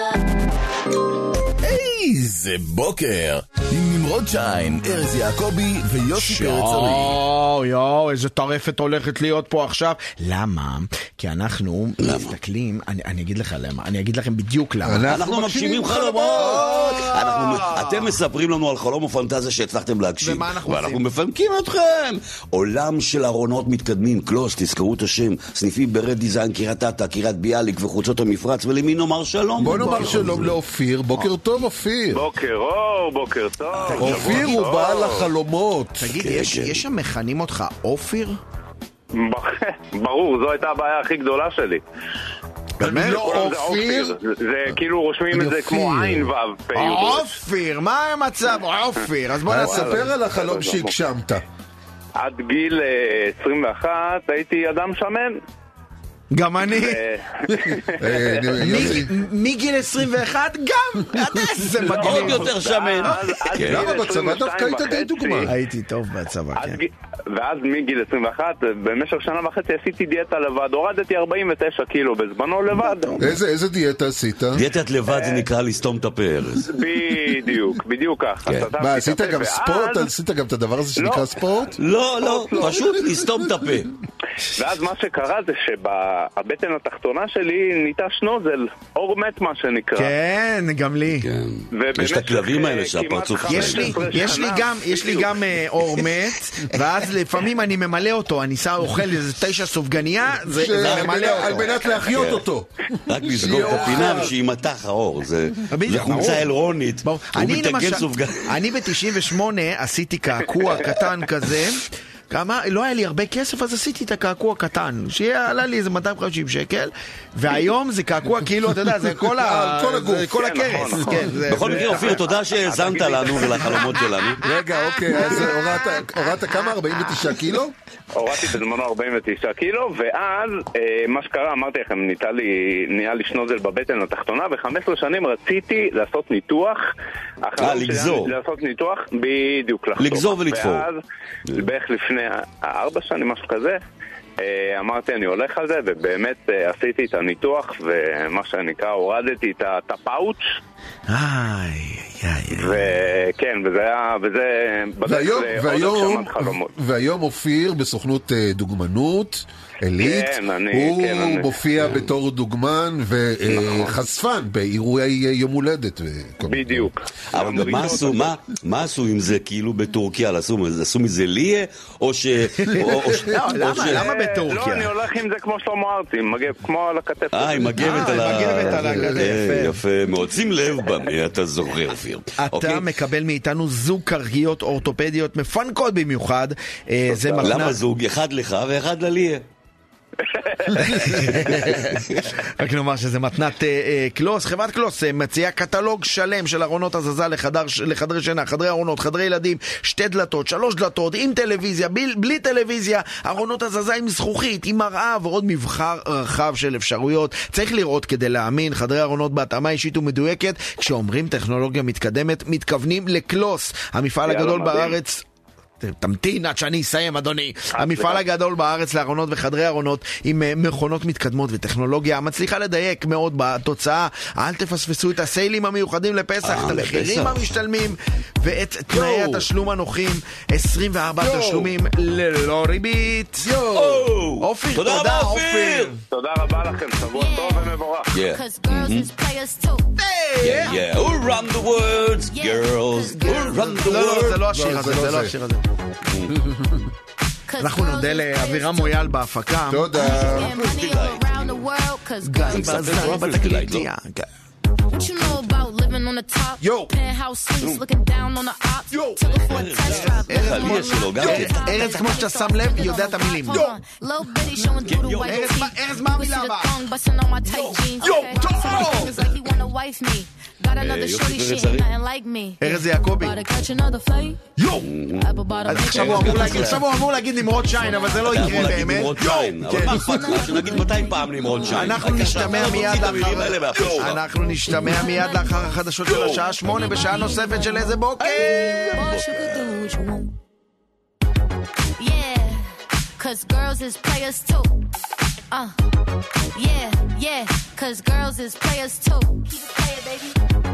איזה בוקר, עם נמרוד שיין, ארז יעקבי ויוסי פרץ ארי. יואו, יואו, איזה טרפת הולכת להיות פה עכשיו. למה? כי אנחנו מסתכלים, אני, אני אגיד לך למה, אני אגיד לכם בדיוק למה. אנחנו, אנחנו מגשימים חלומות. אנחנו, אתם מספרים לנו על חלום ופנטזיה שהצלחתם להגשים. ומה אנחנו ואנחנו עושים? מפנקים אתכם. עולם של ארונות מתקדמים, קלוס, תזכרו את השם, סניפים ברד דיזיין, קירת אתא, קירת ביאליק וחוצות המפרץ, ולמי נאמר שלום? בוא נאמר שלום לאופיר. בוקר טוב אופיר. בוקר אור, בוקר טוב. אופיר הוא בעל החלומות. תגיד, כן, יש, כן. יש שם מכנים אותך אופיר? ברור, זו הייתה הבעיה הכי גדולה שלי. אני לא קוראים לזה אופיר. זה כאילו רושמים את זה אופיר. כמו עין וו פיוט. אופיר, מה המצב? אופיר, אז בוא אז נעשה. ספר על החלום שהגשמת. עד גיל אה, עשרים ואחת הייתי אדם שמן. גם אני. אה, אה, יוסי. מגיל עשרים ואחת גם. איזה עוד מגניב. יותר שמן. אז- עד כן. גיל למה בצבא עשרים ושתיים דווקא היית די וחצי, דוגמה? הייתי טוב בצבא, עד כן. גיל- ואז מגיל עשרים ואחת, במשך שנה וחצי עשיתי דיאטה לבד, הורדתי ארבעים ותשע קילו בזמנו לבד. איזה איזה דיאטה עשית? דיאטת לבד זה נקרא לסתום את הפה, ארז. בדיוק, בדיוק ככה. כן. סתמתי מה, את עשית הפה, גם ואז- ספורט? עשית גם את הדבר הזה שנקרא לא. ספורט? לא, לא, לא. פשוט לסתום את הפה. ואז מה שקרה זה שבבטן התחתונה שלי ניטה שנוזל, אור מת מה שנקרא. כן, גם לי. כן. ובמשך, יש את הכלבים האלה אה, שהפרצוף כמעט יש לי, חמש עשרה יש לי שנה, גם, יש לי בדיוק. גם אה, אור מת, ואז לפעמים אני ממלא אותו, אני שם אוכל איזה תשע סופגניה, זה ש- זה על ממלא מנת- על אותו. מנת להחיות אותו. רק לסגור את הפינה ושימתח האור. זה בדיוק, זה חומצה ברור. אלרונית. ברור. הוא אני מתגן למשל, סופגן. אני ב-תשעים ושמונה עשיתי קעקוע קטן כזה. כמה, לא היה לי הרבה כסף, אז עשיתי את הקעקוע קטן, שעלה לי איזה מאתיים וחמישים שקל, והיום זה קעקוע כאילו, אתה יודע, זה כל ה... כל הגוף. זה כל כן, הכרס, נכון, כן. זה- בכל זה- מקרה, אופיר, תודה שהאזנת לנו ולחלומות שלנו. רגע, אוקיי, אז הורדת- הורדת כמה? ארבעים ותשעה קילו? הורדתי בזמנו ארבעים ותשע קילו, ואז אה, מה שקרה, אמרתי לכם, ניתה לי, נהיה לי שנוזל בבטן התחתונה, ו-חמש עשרה שנים רציתי לעשות ניתוח. החלום שלי לגזור. היה לעשות ניתוח, בדיוק לחתוך. לגזור ולתפור. ואז, בערך לפני ארבע שנים, משהו כזה, אה, אמרתי אני הולך על זה, ובאמת אה, עשיתי את הניתוח, ומה שנקרא, הורדתי את ה- את הפאוץ', איי, איי, איי. וכן, וזה היה, וזה בדרך והיום, לעוד והיום, הגשמת חלומות. והיום אופיר בסוכנות אה, דוגמנות, עילית, כן, אני- הוא כן, אני- מופיע בתור דוגמן וחשפן באירועי יום הולדת. וכל מיני. בדיוק. אבל גם מה בראשון, עשו, מה- מה עשו עם זה כאילו בטורקיה? עשו עשו מזה ליה? או ש... או- או ש- לא, או למה? ש- למה לא, בטורקיה? אני הולך עם זה כמו שלמה ארצי, עם מגב, כמו על הכתף. אה, עם מגבת אה, על ה... עם מגבת על הכתף, אה, יפה. יפה מאוד. שים לב במה אתה זוכר, אופיר. אתה אוקיי? מקבל מאיתנו זוג קרקיות אורתופדיות מפנקות במיוחד. אה, זה מתנה- למה זוג? אחד לך ואחד לליה. רק נאמר שזה מתנת קלוס. חברת קלוס מציעה קטלוג שלם של ארונות הזזה לחדרי שינה, חדרי ארונות, חדרי ילדים, שתי דלתות, שלוש דלתות, עם טלוויזיה, בלי טלוויזיה, ארונות הזזה עם זכוכית, עם מראה ועוד מבחר רחב של אפשרויות. צריך לראות כדי להאמין. חדרי ארונות בהתאמה אישית ומדויקת. כשאומרים טכנולוגיה מתקדמת, מתכוונים לקלוס, המפעל הגדול בארץ. תמתין עד שאני אסיים, אדוני. המפעל הגדול בארץ לארונות וחדרי ארונות עם מכונות מתקדמות וטכנולוגיה מצליחה לדייק מאוד בתוצאה. אל תפספסו את הסיילים המיוחדים לפסח, את המחירים המשתלמים ואת תנאי התשלום הנוחים. עשרים וארבעה תשלומים ללא ריבית. אופיר, תודה אופיר. תודה רבה לכם, שבוע טוב ומבורך. Yeah, yeah. Who run the world, girls? Who run the world? זה לא השיר הזה, זה לא השיר הזה. אנחנו נודה לאבירם מויאל בהפקה. תודה. גיא בזר בתקליטיה. What you know about living on the top? Yo. Penthouse suites, looking down on the ops. Yo. Telephone test drive. איך עליה שלו גם כן. ארז, כמו שאתה שם לב, יודע את המילים. Little bitty showing through the white tee. ארז, מה המילה הבאה? Busting on my tight jeans. Yo. It's like he wanna wife me. Got another shorty, she ain't nothing like me. ארז יעקובי. About to catch another flight. יו! Apple bottom. אז עכשיו הוא אמור להגיד, עכשיו הוא אמור להגיד נמרוד שיין, אבל זה לא יקרה באמת. נמרוד שיין, אבל מה אכפת לך? שנגיד מאתיים פעם נמרוד שיין. אנחנו נשתמע מיד לאחר אנחנו נשתמע מיד לאחר החדשות של השעה שמונה בשעה נוספת של איזה בוקר. Boys, you could do what you want. Yeah, cause girls is players too. Uh, yeah, yeah, cause girls is players too. Keep it playing, baby.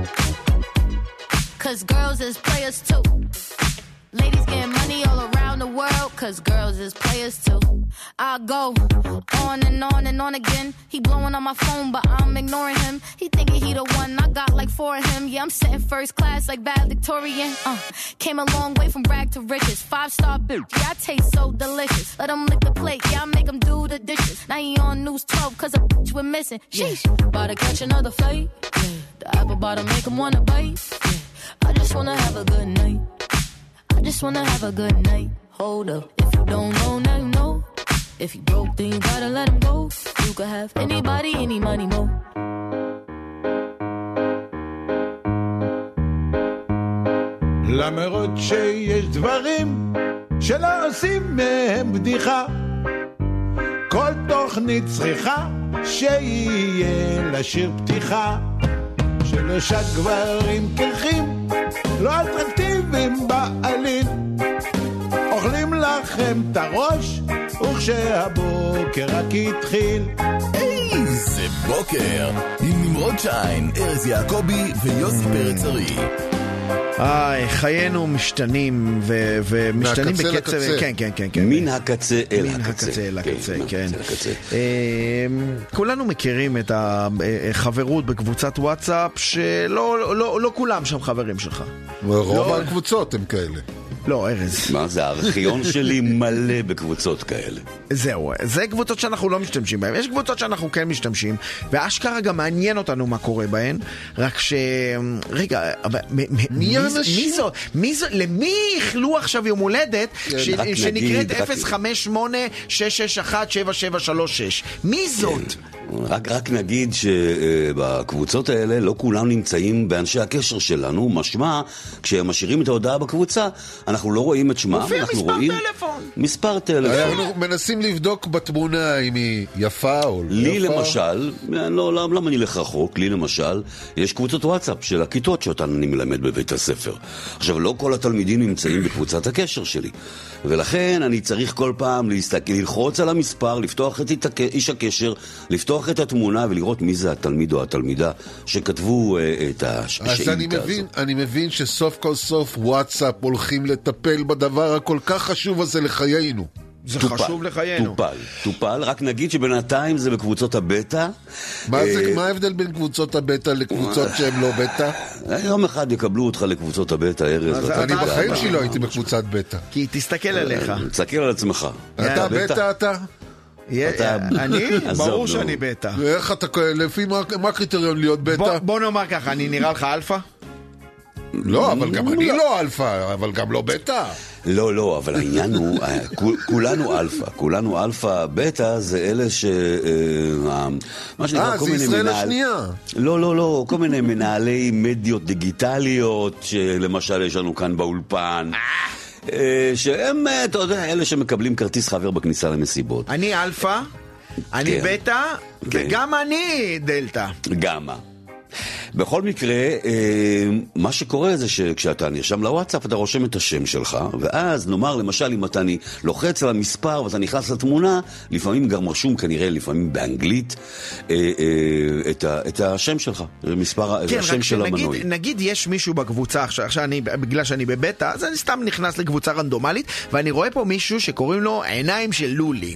Cause girls is players too. Ladies getting money all around the world, cause girls is players too. I go on and on and on again. He blowing on my phone, but I'm ignoring him. He thinking he the one, I got like four of him. Yeah, I'm sitting first class like bad Victorian. Uh, came a long way from rag to riches. Five star bitch, yeah, I taste so delicious. Let him lick the plate, yeah, I make him do the dishes. Now he on news twelve, cause a bitch we're missing. Sheesh, about to catch another flight. Yeah. The apple bottom make him wanna bite. Yeah. I just wanna have a good night. I just wanna have a good night. Hold up, if you don't know, now you know. If you broke, then you gotta let him go. You could have anybody, any money, more. למרות שיש דברים שלא עושים מהם בדיחה, כל תוכנית צריכה שיהיה לשיר פתיחה. שלושה גברים קרחים לא אטרקטיביים בעליל אוכלים לכם את הראש וכשהבוקר רק התחיל. איזה בוקר עם נמרוד שיין, ארז יעקובי ויוסי פרץ ארי. איי, חיינו משתנים ו- ומשתנים מהקצה בקצב, לקצה. כן, כן, כן, כן. מן הקצה אל מן הקצה. הקצה אל הקצה, כן. מן הקצה. אמ, כולנו מכירים את החברות בקבוצת וואטסאפ שלא לא, לא כולם שם חברים שלך. רוב הקבוצות הם כאלה. לא, ארז. מה זה, הארכיון שלי מלא בקבוצות כאלה. זהו, זה קבוצות שאנחנו לא משתמשים בהן. יש קבוצות שאנחנו כן משתמשים, ואשכרה גם מעניין אותנו מה קורה בהן, רק ש... רגע, אבל מ- מ- מי, מי, מי זו? מי זו? למי איחלו עכשיו יום הולדת ש- רק שנקראת נגיד, רק- אפס חמש שמונה שש שש אחת שבע שבע שלוש שש? מי זאת? רק, רק נגיד שבקבוצות האלה לא כולם נמצאים באנשי הקשר שלנו, משמע, כשהם משאירים את ההודעה בקבוצה, אנחנו לא רואים את שמם, מופיע אנחנו מספר רואים... טלפון. מספר טלפון. אנחנו מנסים לבדוק בתמונה אם היא יפה או לא לי יפה. למשל, לא, למה, למה אני לך רחוק? לי למשל, יש קבוצות וואטסאפ של הכיתות שאותן אני מלמד בבית הספר. עכשיו, לא כל התלמידים נמצאים בקבוצת הקשר שלי. ולכן אני צריך כל פעם להסתכל, ללחוץ על המספר, לפתוח את איש הקשר, לפתוח את התמונה ולראות מי זה התלמיד או התלמידה שכתבו את השאילתה הזאת. אז אני מבין, אני מבין שסוף כל סוף וואטסאפ הולכים לטפל בדבר הכל כך חשוב הזה לחיינו. זה טופל, חשוב לחיינו. טופל, טופל, רק נגיד שבינתיים זה בקבוצות הבטא. מה זה, אה, מה ההבדל בין קבוצות הבטא לקבוצות שהן לא בטא? יום אחד יקבלו אותך לקבוצות הבטא, ארז. אז ואתה אני אתה- תדע. בחיים שלי לא הייתי בקבוצת בטא. כי תסתכל עליך. תסתכל על עצמך. אתה בטא אתה? יהיה- אתה- אני? עזוב, ברור נו. שאני בטא. ואיך אתה, לפי מה מה הקריטריון להיות בוא- בטא? בוא נאמר ככה, אני נראה לך אלפא? לא, אבל גם אני לא אלפא, אבל גם לא בטא. לא, לא, אבל העניין הוא, כולנו אלפא, כולנו אלפא, בטא זה אלה ש... מה שנקרא, אה, זה ישראל השנייה. לא, לא, לא, כל מיני מנהלי מדיות דיגיטליות, שלמשל יש לנו כאן באולפן, שהם, אתה יודע, אלה שמקבלים כרטיס חבר בכניסה למסיבות. אני אלפא, אני בטא, וגם אני דלתא. גמא. בכל מקרה, מה שקורה זה שכשאתה נרשם לוואטסאפ, אתה רושם את השם שלך, ואז נאמר, למשל, אם אתה לוחץ על המספר ואתה נכנס לתמונה, לפעמים גם רשום כנראה, לפעמים באנגלית, את השם שלך, השם של המנוי. נגיד יש מישהו בקבוצה, עכשיו אני, בגלל שאני בבטא, אז אני סתם נכנס לקבוצה רנדומלית, ואני רואה פה מישהו שקוראים לו עיניים של לולי.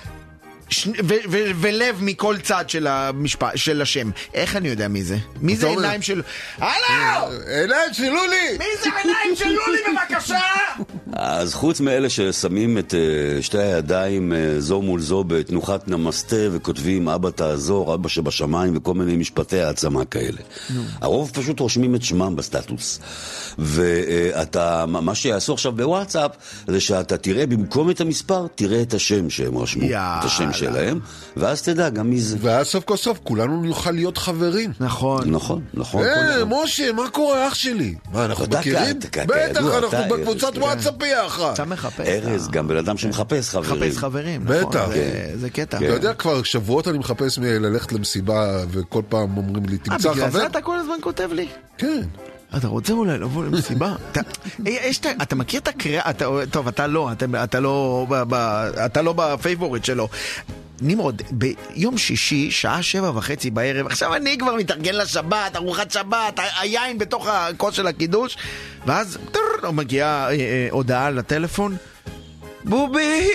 ולב מכל צד של השם. איך אני יודע מי זה? מי זה עיניים של... הלו! עיניים של לולי! מי זה עיניים של לולי בבקשה? אז חוץ מאלה ששמים את שתי הידיים זו מול זו בתנוחת נמסטה וכותבים אבא תעזור, אבא שבשמיים וכל מיני משפטי העצמה כאלה. הרוב פשוט רושמים את שמם בסטטוס. ואתה, מה שיעשו עכשיו בוואטסאפ זה שאתה תראה במקום את המספר, תראה את השם שהם רשמו. את השם שלהם, ואז תדע גם מי זה. ואז סוף כל סוף כולנו נוכל להיות חברים. נכון. נכון, נכון. אה, משה, מה קורה אח שלי? מה, אנחנו מכירים? בטח, אנחנו בקבוצת וואטסאפ ביחד. אתה מחפש. ארז, גם בן אדם שמחפש חברים. מחפש חברים, בטח. זה קטע. אתה יודע, כבר שבועות אני מחפש ללכת למסיבה, וכל פעם אומרים לי, תמצא חבר. בגלל זה אתה כל הזמן כותב לי? כן. אתה רוצה אולי לבוא למסיבה? אתה מכיר את הקריאה? טוב, אתה לא, אתה לא בפייבוריט שלו. נמרוד, ביום שישי, שעה שבע וחצי בערב, עכשיו אני כבר מתארגן לשבת, ארוחת שבת, היין בתוך הכוס של הקידוש, ואז מגיעה הודעה לטלפון, בובי!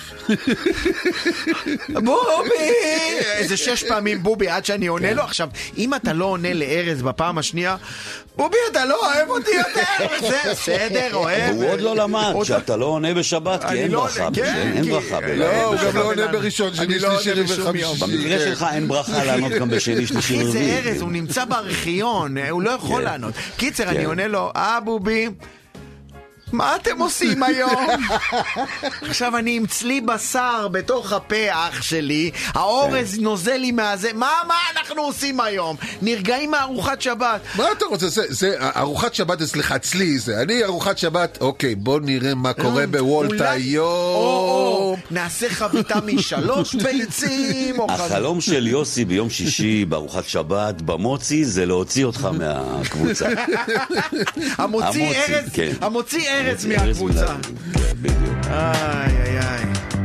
בובי! איזה שש פעמים בובי עד שאני עונה לו. עכשיו, אם אתה לא עונה לארז בפעם השנייה, בובי, אתה לא אוהב אותי יותר. זה בסדר, אוהב. הוא עוד לא למד שאתה לא עונה בשבת, כי אין ברכה. אין ברכה. לא, הוא גם לא עונה בראשון, שני, שלישי וחמישי. במקרה שלך אין ברכה לענות גם בשני, שלישי אחי, זה ארז, הוא נמצא בארכיון, הוא לא יכול לענות. קיצר, אני עונה לו, אה בובי, מה אתם עושים היום? עכשיו אני עם צלי בשר בתוך הפח שלי, האורז נוזל לי מהזה, מה, מה אנחנו עושים היום? נרגעים מארוחת שבת. מה אתה רוצה? זה, זה, ארוחת שבת אצלך צלי זה, אני ארוחת שבת, אוקיי, בוא נראה מה קורה בוולט היום. נעשה חביתה משלוש ביצים. החלום של יוסי ביום שישי בארוחת שבת במוצי זה להוציא אותך מהקבוצה. המוציא ארז, המוציא ארץ מהקבוצה. איי איי איי.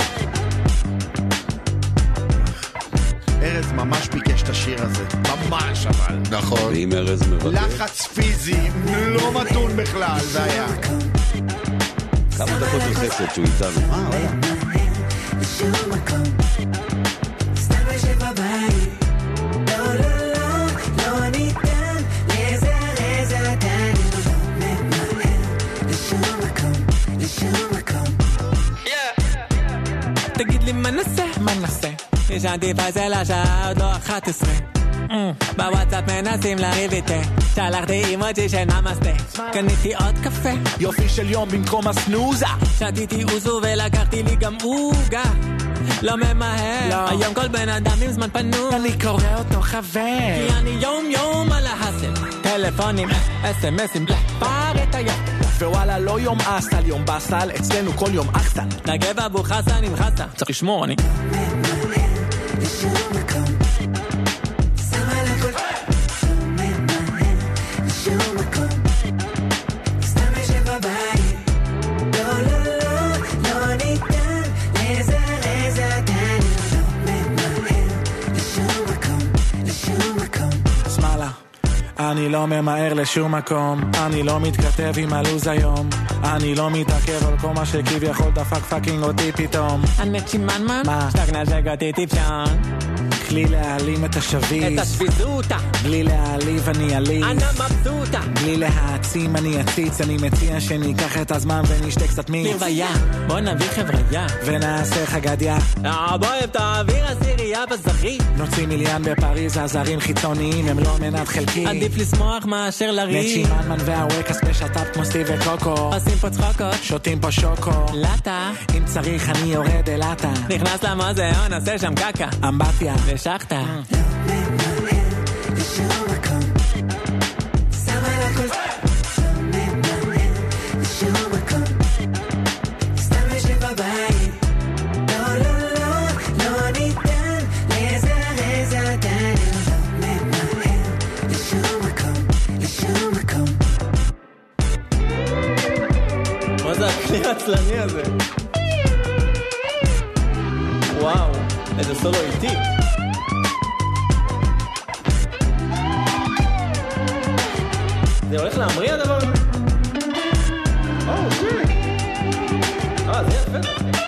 ארז ממש ביקש את השיר הזה. ממש אבל. נכון. ואם ארז מבקש. לחץ פיזי, לא מתון בכלל, זה היה. כמה דקות לחסת שהוא איתנו. אה, וואלה. תגיד לי מה נעשה? מה נעשה? ישנתי פייסל השעה עוד לא אחת עשרה בוואטסאפ מנסים לריב איתי שלחתי אימוג'י של נמסטה קניתי עוד קפה יופי של יום במקום הסנוזה שתיתי אוזו ולקחתי לי גם אוגה לא ממהר היום כל בן אדם עם זמן פנוי אני קורא אותו חבר כי אני יום יום על ההסל טלפונים, אס-אמסים, פאר את היום ווואלה לא יום אסל, יום בסל אצלנו כל יום אקסל נגב אבו חסן עם חסן צריך לשמור אני אני לא ממהר לשום מקום אני לא מתכתב עם הלוז היום אני לא מתעכב על כל מה שכביכול דפק פאקינג אותי פתאום אני צ'ימן מה? שתקנה שגותי טיפשון כלי להעלים את השביז את השביזותה בלי להעליב אני עליב אני מבסוטה בלי להעצים אני אציץ אני מציע שניקח את הזמן ונשתה קצת מיץ לרוויה בוא נביא חבריה ונעשה חגדיה בוא אוהב תעביר הסירייה בזרי נוציא מיליאן בפריז הזרים חיצוניים הם לא מנת חלקי עדיף לשמוח מאשר לריב. נצ'ימנמן והווקס בשת"פ כמו סטיב וקוקו. עושים פה צחוקות, שותים פה שוקו. לטה, אם צריך אני יורד אלטה. נכנס למוזיאון, עושה שם קקה. אמבטיה ושחטה. מה זה הכלי העצלני הזה? וואו, איזה סולו איטי. זה הולך להמריא הדבר הזה? או, אוקיי. אה, זה יפה.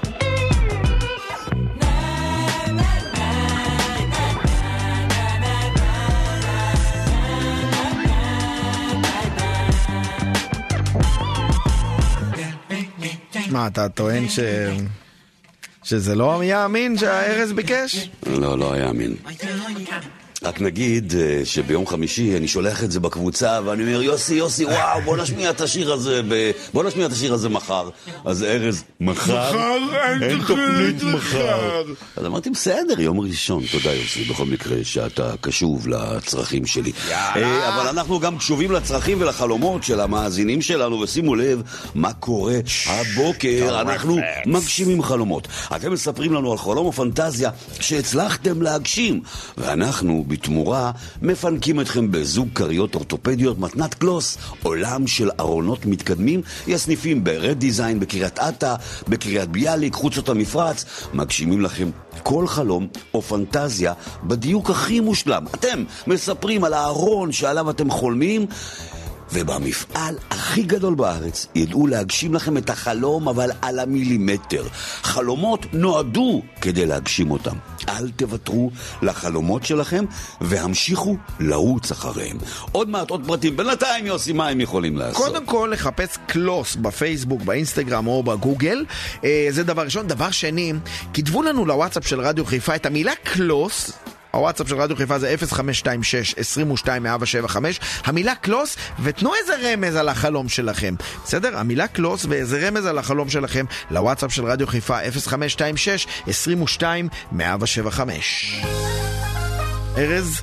מה, אתה טוען ש... שזה לא היה אמין שהארז ביקש? לא, לא היה אמין. רק נגיד שביום חמישי אני שולח את זה בקבוצה ואני אומר יוסי, יוסי, וואו, בוא נשמיע את השיר הזה ב... בוא נשמיע את השיר הזה מחר. אז ארז, מחר? מחר אין תוכנית מחר. אז אמרתי, בסדר, יום ראשון, תודה יוסי, בכל מקרה שאתה קשוב לצרכים שלי. אבל אנחנו גם קשובים לצרכים ולחלומות של המאזינים שלנו, ושימו לב מה קורה הבוקר. אנחנו מגשימים חלומות. אתם מספרים לנו על חלום ופנטזיה שהצלחתם להגשים, ואנחנו בתמורה מפנקים אתכם בזוג קריות אורתופדיות מתנת קלוס, עולם של ארונות מתקדמים. יש סניפים ברד דיזיין, בקריית אתא, בקריית ביאליק, חוצות המפרץ. מגשימים לכם כל חלום או פנטזיה בדיוק הכי מושלם. אתם מספרים על הארון שעליו אתם חולמים, ובמפעל הכי גדול בארץ ידעו להגשים לכם את החלום, אבל על המילימטר. חלומות נועדו כדי להגשים אותם. אל תוותרו לחלומות שלכם והמשיכו לרוץ אחריהם. עוד מעט עוד פרטים. בינתיים יוסי, מה הם יכולים לעשות? קודם כל לחפש קלוס בפייסבוק, באינסטגרם או בגוגל. אה, זה דבר ראשון. דבר שני, כתבו לנו לוואטסאפ של רדיו חיפה את המילה קלוס. הוואטסאפ של רדיו חיפה זה אפס חמש שתיים שש עשרים ושתיים מאה שבע חמש. המילה קלוס, ותנו איזה רמז על החלום שלכם. בסדר? המילה קלוס ואיזה רמז על החלום שלכם לוואטסאפ של רדיו חיפה אפס חמש שתיים שש עשרים ושתיים מאה שבע חמש. ארז?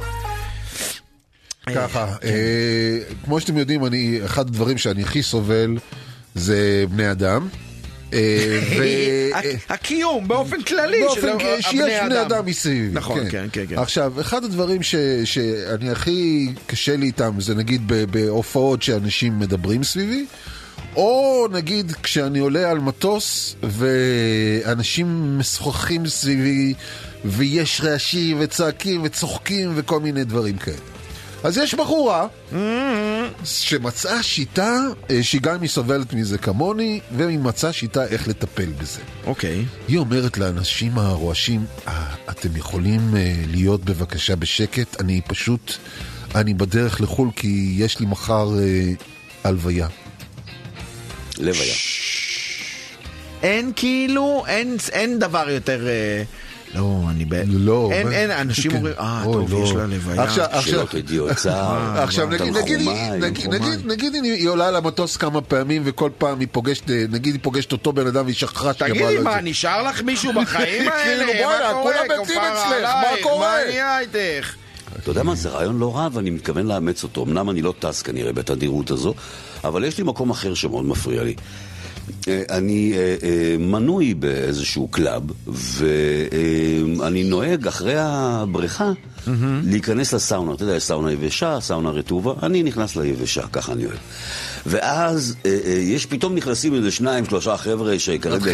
ככה, כמו שאתם יודעים, אחד הדברים שאני הכי סובל זה בני אדם. הקיום באופן כללי שיש בני אדם מסביב. נכון, כן, כן. עכשיו, אחד הדברים שאני הכי קשה לי איתם זה נגיד בהופעות שאנשים מדברים סביבי, או נגיד כשאני עולה על מטוס ואנשים משוחחים סביבי ויש רעשים וצעקים וצוחקים וכל מיני דברים כאלה. אז יש בחורה שמצאה שיטה, שהיא גם היא סובלת מזה כמוני, והיא מצאה שיטה איך לטפל בזה. אוקיי. היא אומרת לאנשים הרועשים, אתם יכולים להיות בבקשה בשקט, אני פשוט, אני בדרך לחול כי יש לי מחר הלוויה. לוויה. אין כאילו, אין דבר יותר... לא, אני ב... לא. אין, אין, אנשים אומרים, אה, טוב, יש לה לוויה. שלא תדעי הוצאה. עכשיו, נגיד היא עולה על המטוס כמה פעמים, וכל פעם היא פוגשת, נגיד היא פוגשת אותו בן אדם, והיא שכחה שהיא אמרה לו את זה. תגידי, מה, נשאר לך מישהו בחיים האלה? מה קורה? כולם מתים אצלך, מה קורה? מה נהיה איתך? אתה יודע מה, זה רעיון לא רע, ואני מתכוון לאמץ אותו. אמנם אני לא טס כנראה בתדירות הזו, אבל יש לי מקום אחר שמאוד מפריע לי. אני מנוי באיזשהו קלאב, ואני נוהג אחרי הבריכה להיכנס לסאונה. אתה יודע, יש סאונה יבשה, סאונה רטובה, אני נכנס ליבשה, ככה אני אוהב. ואז יש פתאום נכנסים איזה שניים, שלושה חבר'ה שכרגע...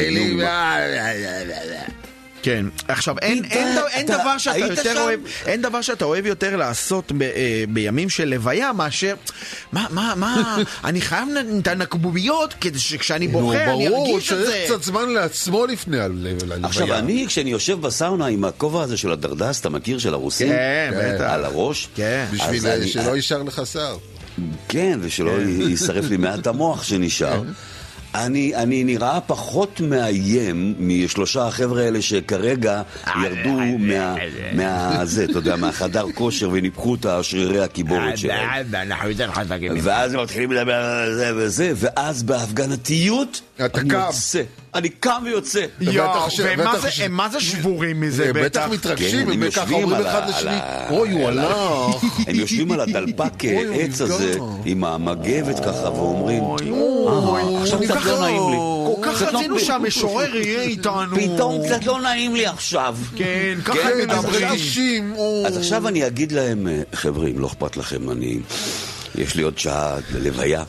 כן, עכשיו אין, אין, אין דבר שאתה יותר אוהב, אין דבר שאתה אוהב יותר לעשות ב, בימים של לוויה מאשר, מה, מה, מה, אני חייב את הנקבוביות כדי שכשאני בוכה אני ארגיש את זה. צריך קצת זמן לעצמו לפני הלוויה. עכשיו אני, כשאני יושב בסאונה עם הכובע הזה של הדרדס, אתה מכיר, של הרוסים? כן, בטח. על הראש? כן. בשביל שלא יישאר לך שיער. כן, ושלא יישרף לי מעט המוח שנשאר. אני, אני נראה פחות מאיים משלושה החבר'ה האלה שכרגע ירדו מה, מה, זה, אתה יודע, מהחדר כושר וניפחו את השרירי הקיבורת שלהם. ואז הם מתחילים לדבר על זה וזה, ואז בהפגנתיות אני יוצא. אני קם ויוצא. ומה זה שבורים מזה? בטח מתרגשים, הם ככה אומרים אחד לשני, אוי, הוא הלך. הם יושבים על הדלפק עץ הזה עם המגבת ככה ואומרים, עכשיו קצת לא נעים לי. כל כך רצינו שהמשורר יהיה איתנו. פתאום קצת לא נעים לי עכשיו. כן, ככה הם מדברים. אז עכשיו אני אגיד להם, חברים, לא אכפת לכם, אני, יש לי עוד שעה ללוויה.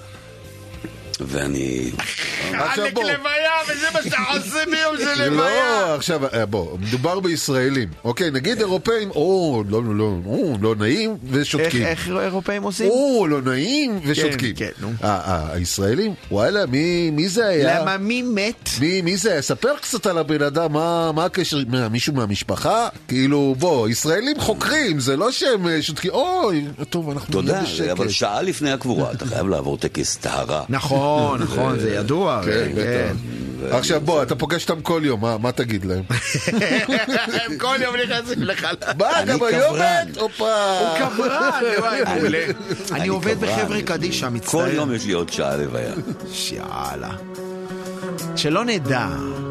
ואני... עלק לוויה, וזה מה שאתה עושה ביום זה לוויה. לא, עכשיו, בוא, מדובר בישראלים. אוקיי, נגיד אירופאים, או, לא, לא, לא, לא נעים ושותקים. איך אירופאים עושים? או, לא נעים ושותקים. כן, נו. הישראלים, וואלה, מי זה היה? למה, מי מת? מי זה היה? ספר קצת על הבן אדם, מה הקשר, מישהו מהמשפחה? כאילו, בוא, ישראלים חוקרים, זה לא שהם שותקים, אוי, טוב, אנחנו נהיה בשקט. תודה, אבל שעה לפני הקבורה, אתה חייב לעבור טקס טהרה. נכון. נכון, נכון, זה ידוע. כן, בטח. עכשיו בוא, אתה פוגש אותם כל יום, מה תגיד להם? הם כל יום נכנסים לך. מה, גם היומת? הופה. הוא קברן. אני עובד בחבר'ה קדישה, מצטער. כל יום יש לי עוד שעה לוויה. שיאללה. שלא נדע.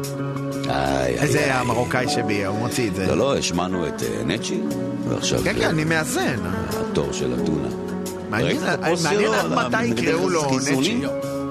איזה המרוקאי שבי, הוא מוציא את זה. לא, לא, השמענו את נצ'י, ועכשיו... כן, כן, אני מאזן. התור של אתונה. מעניין עד מתי יקראו לו נצ'י.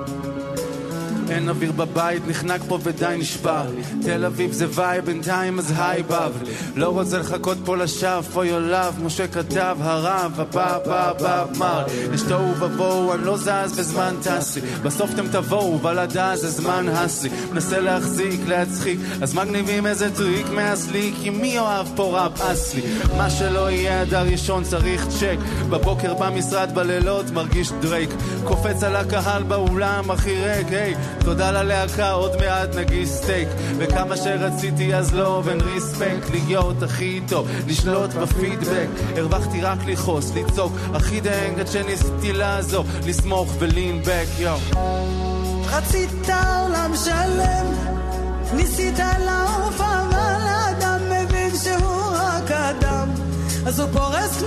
אין אוויר בבית, נחנק פה ודי נשבר. תל אביב זה וייב, בינתיים אז היי בב. לא רוצה לחכות פה לשווא, for your love, משה כתב הרב, הבא הבא הבא אמר. יש תוהו ובואו, אני לא זז בזמן טסי. בסוף אתם תבואו, ולדה זה זמן הסי. מנסה להחזיק, להצחיק, אז מגניבים איזה טריק מהסליק. כי מי אוהב פה ראפ אסלי? מה שלא יהיה עד הראשון צריך צ'ק. בבוקר במשרד בלילות מרגיש דרייק. קופץ על הקהל באולם הכי ריק, היי תודה ללהקה, עוד מעט נגיש סטייק. וכמה שרציתי אז לא, ואין ריספקט. להיות הכי טוב, לשלוט בפידבק. הרווחתי רק לחוס, לצעוק הכי דנג עד שניסיתי לעזור, לסמוך ולינבק, יו. רצית עולם שלם, ניסית לעוף, אבל אדם מבין שהוא רק אדם, אז הוא פורס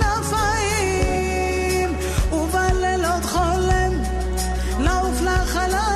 כנפיים ובלילות חולם לעוף לחלל,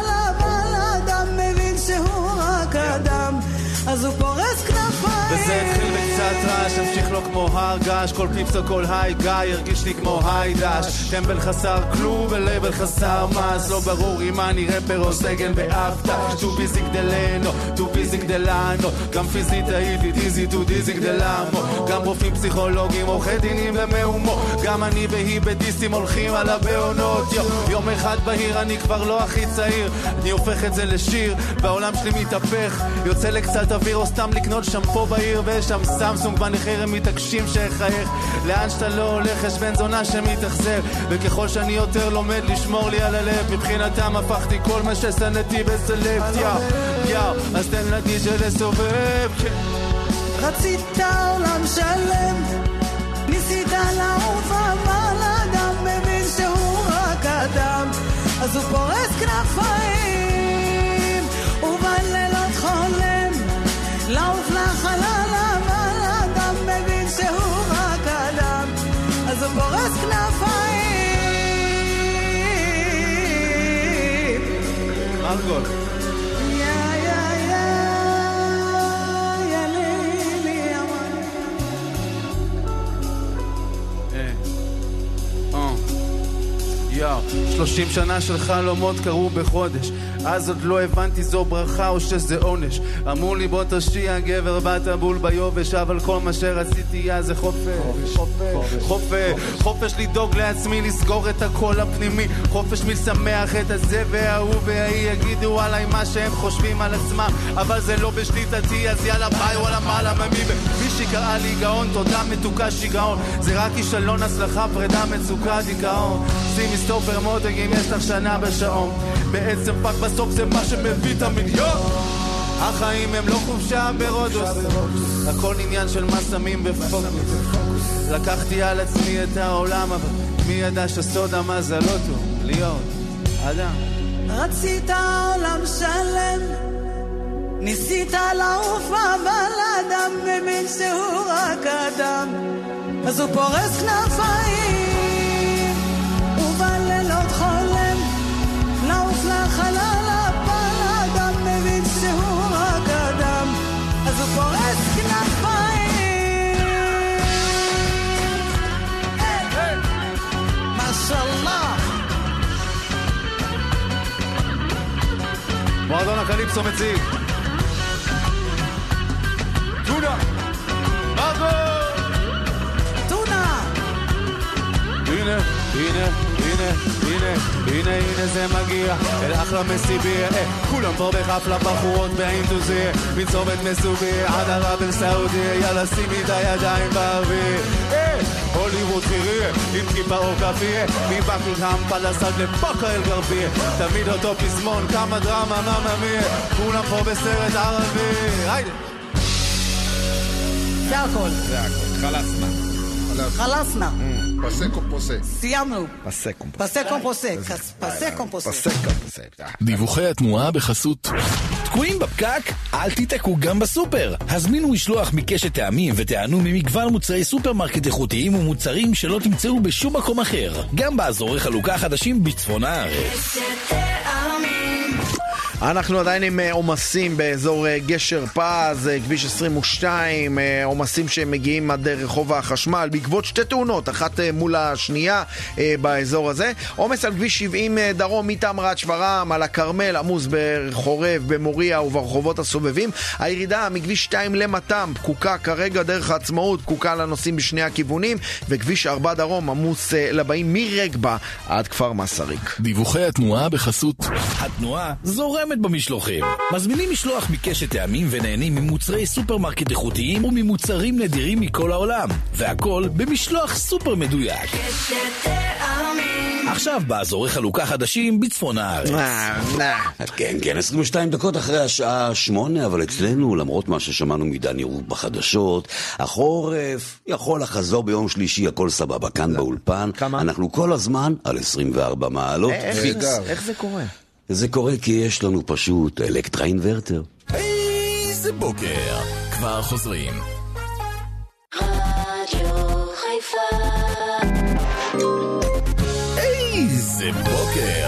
שהוא רק אדם, אז הוא פורס כנפיים. וזה התחיל בקצת רעש, המשיך לו כמו הר געש. כל פיפס או כל היי גיא הרגיש לי כמו היי דש. טמבל חסר כלום ולבל חסר מס. לא ברור אם אני רפר או סגן באפתא. טו ביזי גדלנו, טו ביזי גדלנו. גם פיזית הייתי דיזי טו דיזי גדלמו. גם רופאים פסיכולוגים, עורכי דינים ומאומו. גם אני והיא בדיסים הולכים על הבעונות. יום אחד בהיר אני כבר לא הכי צעיר, אני הופך את זה לשיר, והעולם שלי מתהפך. יוצא לקצת אוויר או סתם לקנות שמפו בעיר, ויש שם סמסונג בנחרם מתעקשים שחייך. לאן שאתה לא הולך יש בן זונה שמתאכזר, וככל שאני יותר לומד לשמור לי על הלב, מבחינתם הפכתי כל מה שסנתי בסלב. יאו, יאו, אז תן לדיג'ה לסובב. רצית עולם שלם, ניסית לעוף, אבל אדם מבין שהוא רק אדם, אז הוא פורס כנפיים ובלילות חולם לעוף לחלל, אבל אדם מבין שהוא רק אדם, אז הוא פורס כנפיים. מרגול שלושים שנה של חלומות קרו בחודש, אז עוד לא הבנתי זו ברכה או שזה עונש. אמרו לי בוא תושיע גבר בת הבול ביובש, אבל כל מה שרציתי אז זה חופש. חופש, חופש, חופש לדאוג לעצמי, לסגור את הקול הפנימי, חופש מלשמח את הזה וההוא והיא, יגידו עליי מה שהם חושבים על עצמם, אבל זה לא בשליטתי, אז יאללה ביי וואלה מעלה ממי. מי שקרא לי גאון, תודה מתוקה שיגעון, זה רק כישלון, הצלחה, פרידה, מצוקה, דיכאון. שימי סטופר מותג אם יש לך שנה בשעון, בעצם פק בסוף זה מה שמביא את המיליון. החיים הם לא חופשה ברודוס, הכל עניין של מה שמים בפוקוס. לקחתי על עצמי את העולם, אבל מי ידע שסוד המזל לא טוב להיות אדם. רצית עולם שלם, ניסית לעוף אבל אדם מבין שהוא רק אדם, אז הוא פורס כנפיים ובלילות חולם לעוף לחלל, אבל אדם מבין שהוא רק אדם, אז הוא פורס כנפיים. משאללה. מועדון הקליפסו מציג טונה מרגו טונה. הנה, הנה, הנה, הנה, הנה, הנה זה מגיע אל אחלה מסיביה, כולם פה בחפלה בחורות באינדוזיה, מצומת מסוביה עד ערב אל סעודיה, יאללה שימי את הידיים באוויר, הוליווד חיריה עם כיפה או כפיה, מבקינגהאם פלסד לבקה אל גרביה, תמיד אותו פזמון, כמה דרמה מממיה, כולם פה בסרט ערבי. היידה, זה הכל, זה הכל, חלסנה. חלסנה. פסה קומפוסה. סיימנו. פסה קומפוסה. פסה קומפוסה. פסה קומפוסה. פסה קומפוסה. דיווחי התנועה בחסות. תקועים בפקק? אל תתקעו גם בסופר. הזמינו משלוח מקשת טעמים ותענו ממגוון מוצרי סופרמרקט איכותיים ומוצרים שלא תמצאו בשום מקום אחר. גם באזורי חלוקה חדשים בצפון הארץ. אנחנו עדיין עם עומסים באזור גשר פז, כביש עשרים ושתיים, עומסים שמגיעים עד רחוב החשמל בעקבות שתי תאונות, אחת מול השנייה באזור הזה. עומס על כביש שבעים דרום מתמרת שברם, על הכרמל, עמוס בחורב, במוריה וברחובות הסובבים. הירידה מכביש שתיים למתם, פקוקה כרגע דרך העצמאות, פקוקה לנוסעים בשני הכיוונים, וכביש ארבע דרום עמוס לבאים מרגבה עד כפר מסריק. דיווחי התנועה בחסות. התנועה זורמת במשלוחים. מזמינים משלוח מקשת טעמים ונהנים ממוצרי סופרמרקט איכותיים וממוצרים נדירים מכל העולם. והכל במשלוח סופר מדויק. קשת טעמים. עכשיו באזורי חלוקה חדשים בצפון הארץ. כן, כן, עשרים ושתיים דקות אחרי השעה שמונה, אבל אצלנו, למרות מה ששמענו מדן ירוב בחדשות, החורף יכול לחזור ביום שלישי, הכל סבבה. כאן באולפן, אנחנו כל הזמן על עשרים וארבע מעלות. איך זה קורה? זה קורה כי יש לנו פשוט אלקטרה אינוורטר. איזה בוקר, כבר חוזרים. רדיו חיפה. איזה בוקר.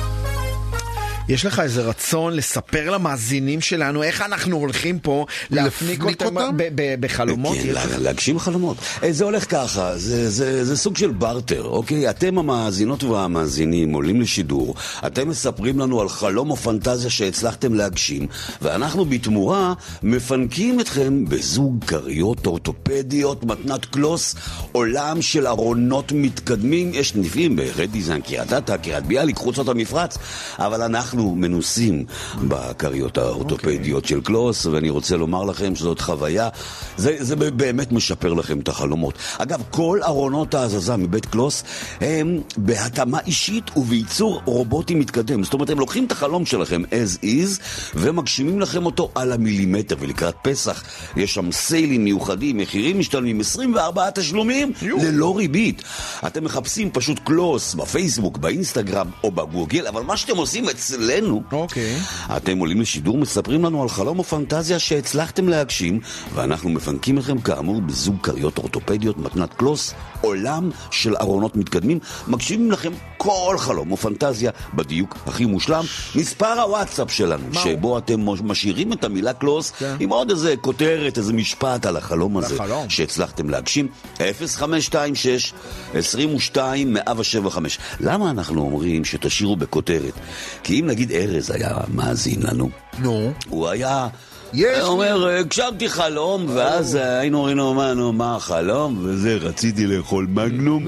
יש לך איזה רצון לספר למאזינים שלנו איך אנחנו הולכים פה להפניק אותם בחלומות? כן, להגשים חלומות. זה הולך ככה, זה סוג של ברטר, אוקיי? אתם המאזינות והמאזינים עולים לשידור, אתם מספרים לנו על חלום או פנטזיה שהצלחתם להגשים, ואנחנו בתמורה מפנקים אתכם בזוג קריות אורתופדיות, מתנת קלוס, עולם של ארונות מתקדמים. יש נפים ברדיזן, קירת אתא, קירת ביאליק, חוצות המפרץ, אבל אנחנו מנוסים בקריות האורתופדיות של קלוס, ואני רוצה לומר לכם שזאת חוויה, זה, זה באמת משפר לכם את החלומות. אגב, כל ארונות ההזזה מבית קלוס הם בהתאמה אישית ובייצור רובוטי מתקדם. זאת אומרת, הם לוקחים את החלום שלכם as is ומגשימים לכם אותו על המילימטר, ולקראת פסח יש שם סיילים מיוחדים, מחירים משתלמים, עשרים וארבעה תשלומים ללא ריבית. אתם מחפשים פשוט קלוס בפייסבוק, באינסטגרם או בגוגל, אבל מה שאתם עושים אצלנו, אוקיי. אתם עולים לשידור, מספרים לנו על חלום או פנטזיה שהצלחתם להגשים, ואנחנו מפנקים לכם כאמור בזוג קריות אורתופדיות, מתנת קלוס, עולם של ארונות מתקדמים, מגשימים לכם כל חלום או פנטזיה בדיוק הכי מושלם. מספר הוואטסאפ שלנו, שבו אתם משאירים את המילה קלוס עם עוד איזה כותרת, איזה משפט על החלום הזה שהצלחתם להגשים. אפס חמש שתיים שש עשרים ושתיים מאה ושבע וחמש. למה אנחנו אומרים שתשאירו בכותרת? כי אם נגיד ארז היה מאזין לנו, נו, הוא היה אומר, הגשמתי חלום, ואז היינו אומרים לו, מה, נו, מה החלום? וזה, רציתי לאכול מגנום,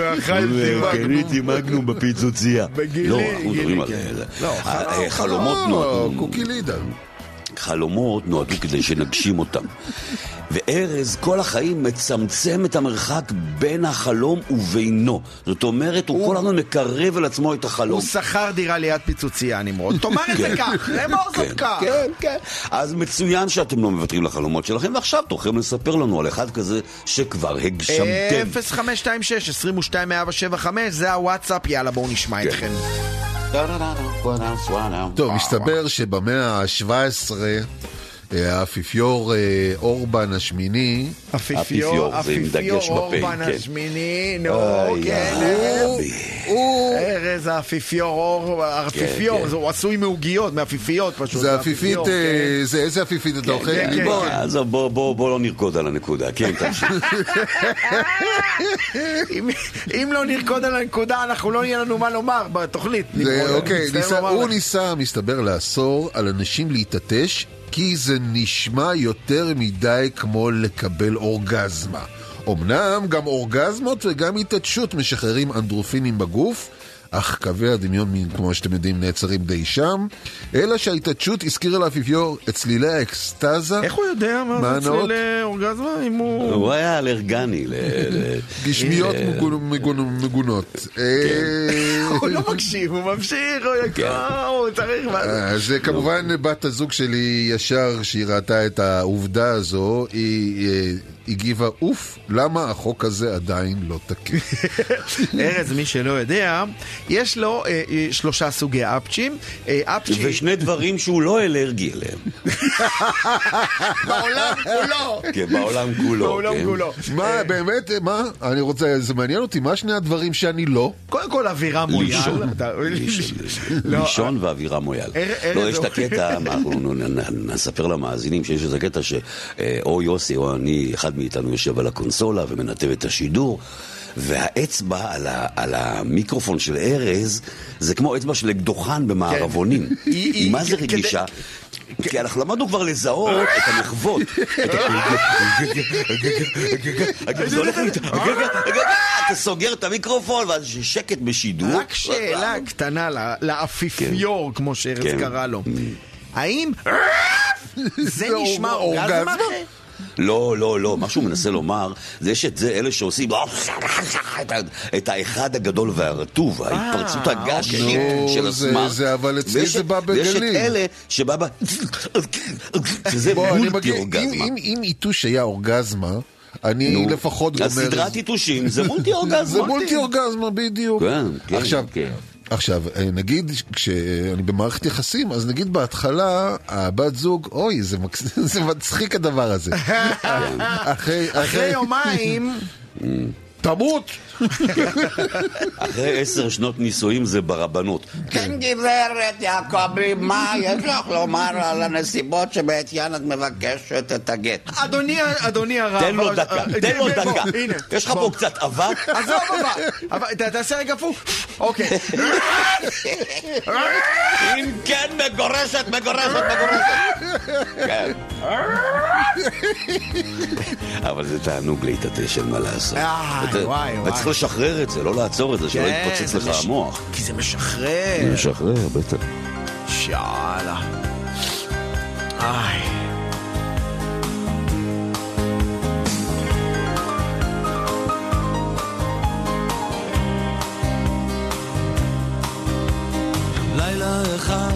וקניתי מגנום בפיצוציה. לא, אנחנו מדברים על זה. חלומות נועדו, קוקילידה. חלומות נועדו כדי שנגשים אותם. וארז כל החיים מצמצם את המרחק בין החלום ובינו. זאת אומרת, הוא כל הזמן מקרב על עצמו את החלום. הוא שכר דירה ליד פיצוציה, נמרוד. תאמר את זה כך, למור זאת כך. כן, כן. אז מצוין שאתם לא מוותרים לחלומות שלכם, ועכשיו תוכלם לספר לנו על אחד כזה שכבר הגשמתם. אפס חמש שתיים שש עשרים ושתיים מאה ושבע וחמש, זה הוואטסאפ, יאללה בואו נשמע אתכם. טוב, מסתבר שבמאה ה-שבע עשרה האפיפיור אורבן השמיני, אפיפיור, אפיפיור אורבן השמיני, נו, כן, ארז האפיפיור, האפיפיור, הוא עשוי מעוגיות, מאפיפיות פשוט. זה אפיפית, איזה אפיפית אתה אוכל? בוא לא נרקוד על הנקודה, כן, תמשיך. אם לא נרקוד על הנקודה, אנחנו לא נהיה לנו מה לומר בתוכנית. אוקיי, הוא ניסה, מסתבר, לאסור על אנשים להתעטש, כי זה נשמע יותר מדי כמו לקבל אורגזמה. אמנם גם אורגזמות וגם התעטשות משחררים אנדרופינים בגוף, אך קווי הדמיון, כמו שאתם יודעים, נעצרים די שם, אלא שההתעטשות הזכירה לאפיפיור את צלילי האקסטזה. איך הוא יודע מה זה צלילי אורגזמה? הוא היה אלרגני. גשמיות מגונות. הוא לא מקשיב, הוא ממשיך, הוא צריך... זה כמובן בת הזוג שלי ישר, שהיא ראתה את העובדה הזו, היא... הגיבה, אוף, למה החוק הזה עדיין לא תקין? ארז, מי שלא יודע, יש לו אה, שלושה סוגי אפצ'ים. אה, אפצ'י... ושני דברים שהוא לא אלרגי אליהם. בעולם כולו. כן, בעולם כולו. בעולם כן. כולו. מה, באמת, מה? אני רוצה, זה מעניין אותי, מה שני הדברים שאני לא? קודם כל, אווירה מויאל. לישון. לישון ואווירה מויאל. לא, יש את הקטע, אנחנו נספר למאזינים שיש איזה קטע שאו יוסי או אני, אחד מאיתנו יושב על הקונסולה ומנתב את השידור, והאצבע על, ה, על המיקרופון של ארז זה כמו אצבע של אקדוחן במערבונים. היא מה זה רגישה? כי אנחנו למדנו כבר לזהות את המחוות. זה הולך לי, אתה סוגר את המיקרופון ואז שקט בשידור. רק שאלה קטנה לאפיפיור, כמו שארז קרא לו. האם זה נשמע אורגזמה? לא, לא, לא, מה שהוא מנסה לומר זה יש את זה, אלה שעושים את האחד הגדול והרטוב, ההתפרצות הגשית של הסמארט, זה אבל אצלי זה בא בגלים, ויש את אלה שבא ב... שזה מולטי אורגזמה. אם איתוש היה אורגזמה, אני לפחות גומר... הסדרת איתושים זה מולטי אורגזמה. זה מולטי אורגזמה, בדיוק. עכשיו, עכשיו, נגיד, כשאני במערכת יחסים, אז נגיד בהתחלה, הבת זוג, אוי, זה, זה מצחיק הדבר הזה. אחרי, אחרי יומיים, תמות. אחרי עשר שנות נישואים זה ברבנות. כן, גברת יעקבי, מה יש לך לומר על הנסיבות שבעטיין את מבקשת את הגט? אדוני, אדוני הרב. תן לו דקה, תן לו דקה. יש לך פה קצת אבק? עזוב אבק. תעשה רגע פו. אוקיי. אם כן, מגורשת, מגורשת, מגורשת. כן. אבל זה תענוג להתעטש של מה לעשות. וואי, וואי, וואי. צריך לשחרר את זה, לא לעצור את זה, שלא יתפוצץ לך המוח. כי זה משחרר. משחרר, בטח. שאלה. איי. לילה אחד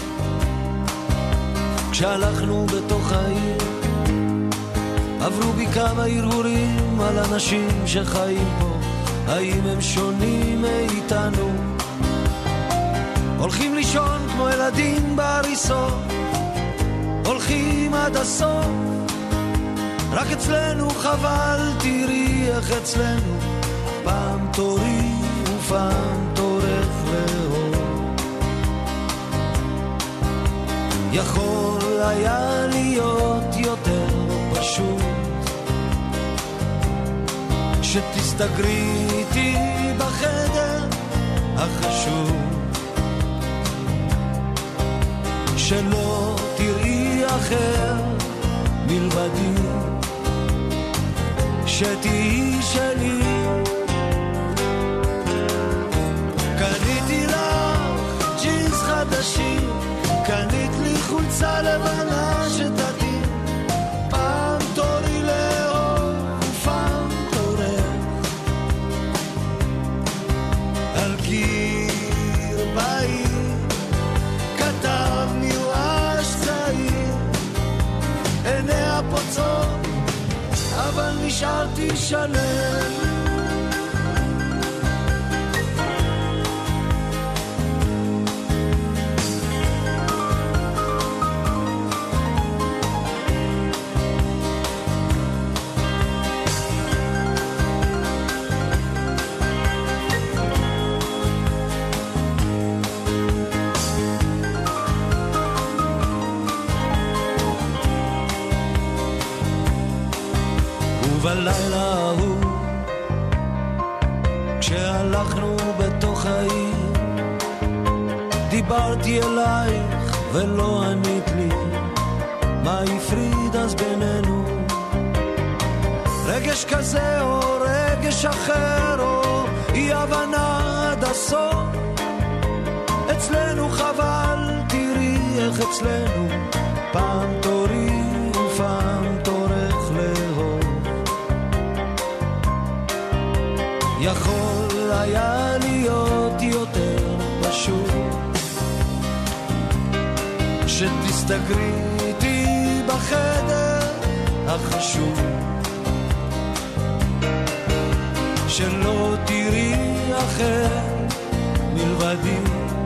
כשהלכנו בתוך העיר עברו בי כמה הרהורים על אנשים שחיים פה, האם הם שונים מאיתנו? הולכים לישון כמו ילדים בהריסות, הולכים עד הסוף, רק אצלנו חבל, תראי איך אצלנו פעם תורי ופעם תורך לאור. יכול היה להיות יותר פשוט שתסתגרי איתי בחדר החשוב, שלא תראי אחר מלבדי, שתהי שלי. קניתי לך ג'ינס חדשים, קנית לי חולצה לבנה שתתאים, פעם תורי לאור ופעם תורך, על קיר בעיר כתב מיואש צעיר, עיניה פוצעות אבל נשארתי שלם. בלילה ההוא כשהלכנו בתוך העיר דיברתי אלייך ולא ענית לי מה הפריד אז בינינו רגש כזה או רגש אחר או אי הבנה עד הסוף אצלנו חבל תראי איך אצלנו פעם תורי ופעם תורך לאהוב יכול היה להיות יותר פשוט שתסתגרי איתי בחדר החשוב שלא תראי אחר מלבדי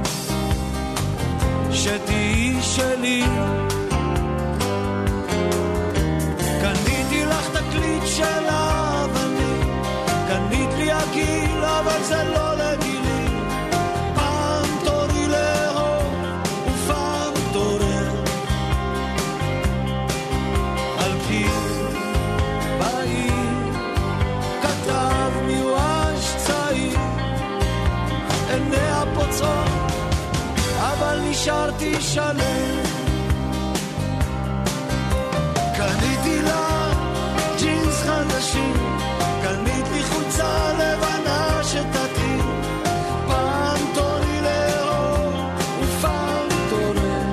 שתהי שלי קניתי לך תקליט של אבנים קנית לי הגיל אבל זה לא לגילי פעם תורי לאהוב ופעם תורר על קיר בעיר כתב מיואש צעיר עיני הפוצות אבל נשארתי שלם קניתי לה ג'ינס חדשים קנית לי חולצה לבנה שתתאים פעם תורי לאהוב ופעם תורר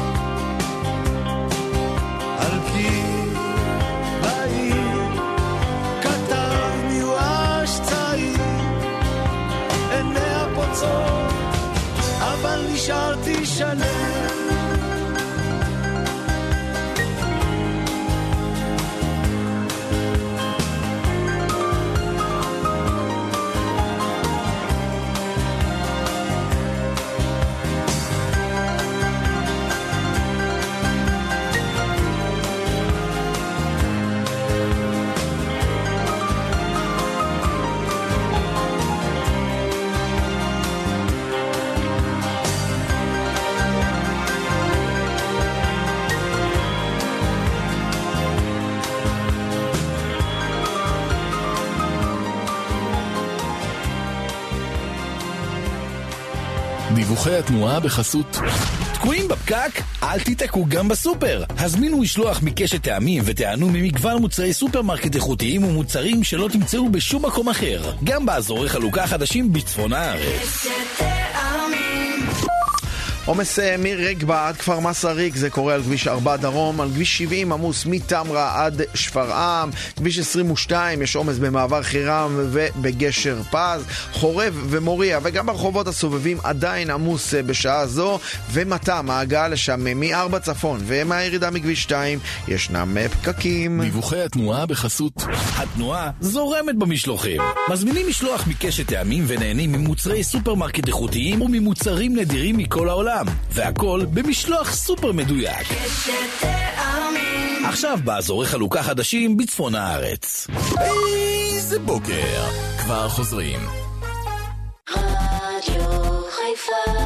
על קיר בעיר כתב מיואש צעיר עיני הפוצות אבל נשארתי שלם דיווחי התנועה בחסות תקועים בפקק? אל תתקעו גם בסופר. הזמינו משלוח מקשת טעמים וטענו ממגוון מוצרי סופרמרקט איכותיים ומוצרים שלא תמצאו בשום מקום אחר. גם באזורי חלוקה חדשים בצפון הארץ. עומס מרגבה עד כפר מסריק, זה קורה על כביש ארבע דרום, על כביש שבעים עמוס מתמרה עד שפרעם, כביש עשרים ושתיים יש עומס במעבר חירם ובגשר פז, חורב ומוריה וגם ברחובות הסובבים עדיין עמוס בשעה זו, ומתם ההגעה לשם מארבע צפון ומהירידה מכביש שתיים ישנם פקקים. דיווחי התנועה בחסות התנועה זורמת במשלוחים. מזמינים משלוח מקשת טעמים ונהנים ממוצרי סופרמרקט איכותיים וממוצרים נדירים מכל העולם, והכל במשלוח סופר מדויק. עכשיו באזורי חלוקה חדשים בצפון הארץ. איזה בוקר, כבר חוזרים. רדיו חיפה.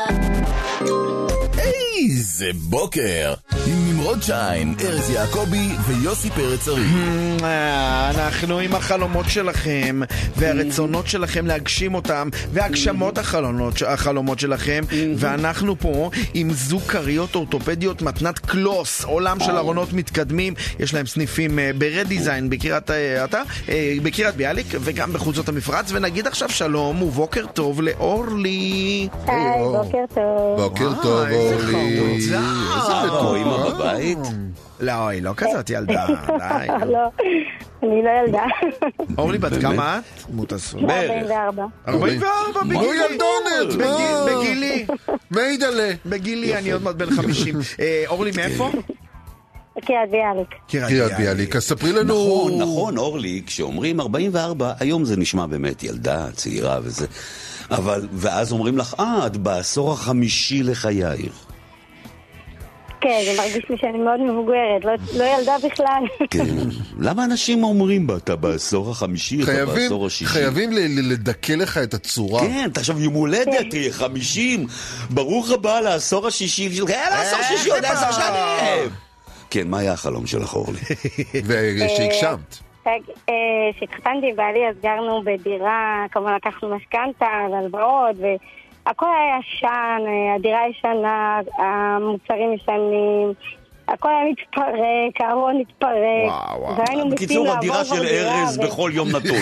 איזה בוקר, עם נמרוד שיין, ארז יעקבי ויוסי פרץ ארי. אנחנו עם החלומות שלכם והרצונות שלכם להגשים אותם והגשמות החלומות, החלומות שלכם, ואנחנו פה עם זוג קריות אורתופדיות מתנת קלוס, עולם של ארונות מתקדמים. יש להם סניפים ברד דיזיין בקירת אתה בקירת ביאליק וגם בחוצות המפרץ. ונגיד עכשיו שלום ובוקר טוב לאורלי. היי, בוקר טוב. בוקר טוב אורלי. איזה מקור, אמא בבית? לא, היא לא כזאת ילדה. לא, אני לא ילדה. אורלי, בת כמה את? מוטסו. ארבעים וארבע. ארבעים וארבע בגילי. נו ילדונת, מה? בגילי. מידלה. בגילי, אני עוד מעט בן חמישים. אורלי, מאיפה? קריית ביאליק. קריית ביאליק, אז ספרי לנו. נכון, נכון, אורלי, כשאומרים ארבעים וארבע, היום זה נשמע באמת ילדה, צעירה וזה. אבל, ואז אומרים לך, אה, את בעשור החמישי לחייך. כן, זה מרגיש לי שאני מאוד מבוגרת, לא, לא ילדה בכלל. כן, למה אנשים אומרים בה, אתה בעשור החמישי, אתה בעשור השישי? חייבים לדכא לך את הצורה. כן, אתה עכשיו יום הולדת, תהיה חמישים, ברוך הבא לעשור השישי שלך, אין לעשור שישי, עוד עשר שנים. כן, מה היה החלום שלך, אורלי? ושהגשמת. כשהתחתנתי עם בעלי אז גרנו בדירה, כמובן לקחנו משכנתה והלוואות והכל היה ישן, הדירה ישנה, המוצרים ישנים, הכל היה מתפרק, הארון התפרק. בקיצור, הדירה של ארז בכל יום נתון.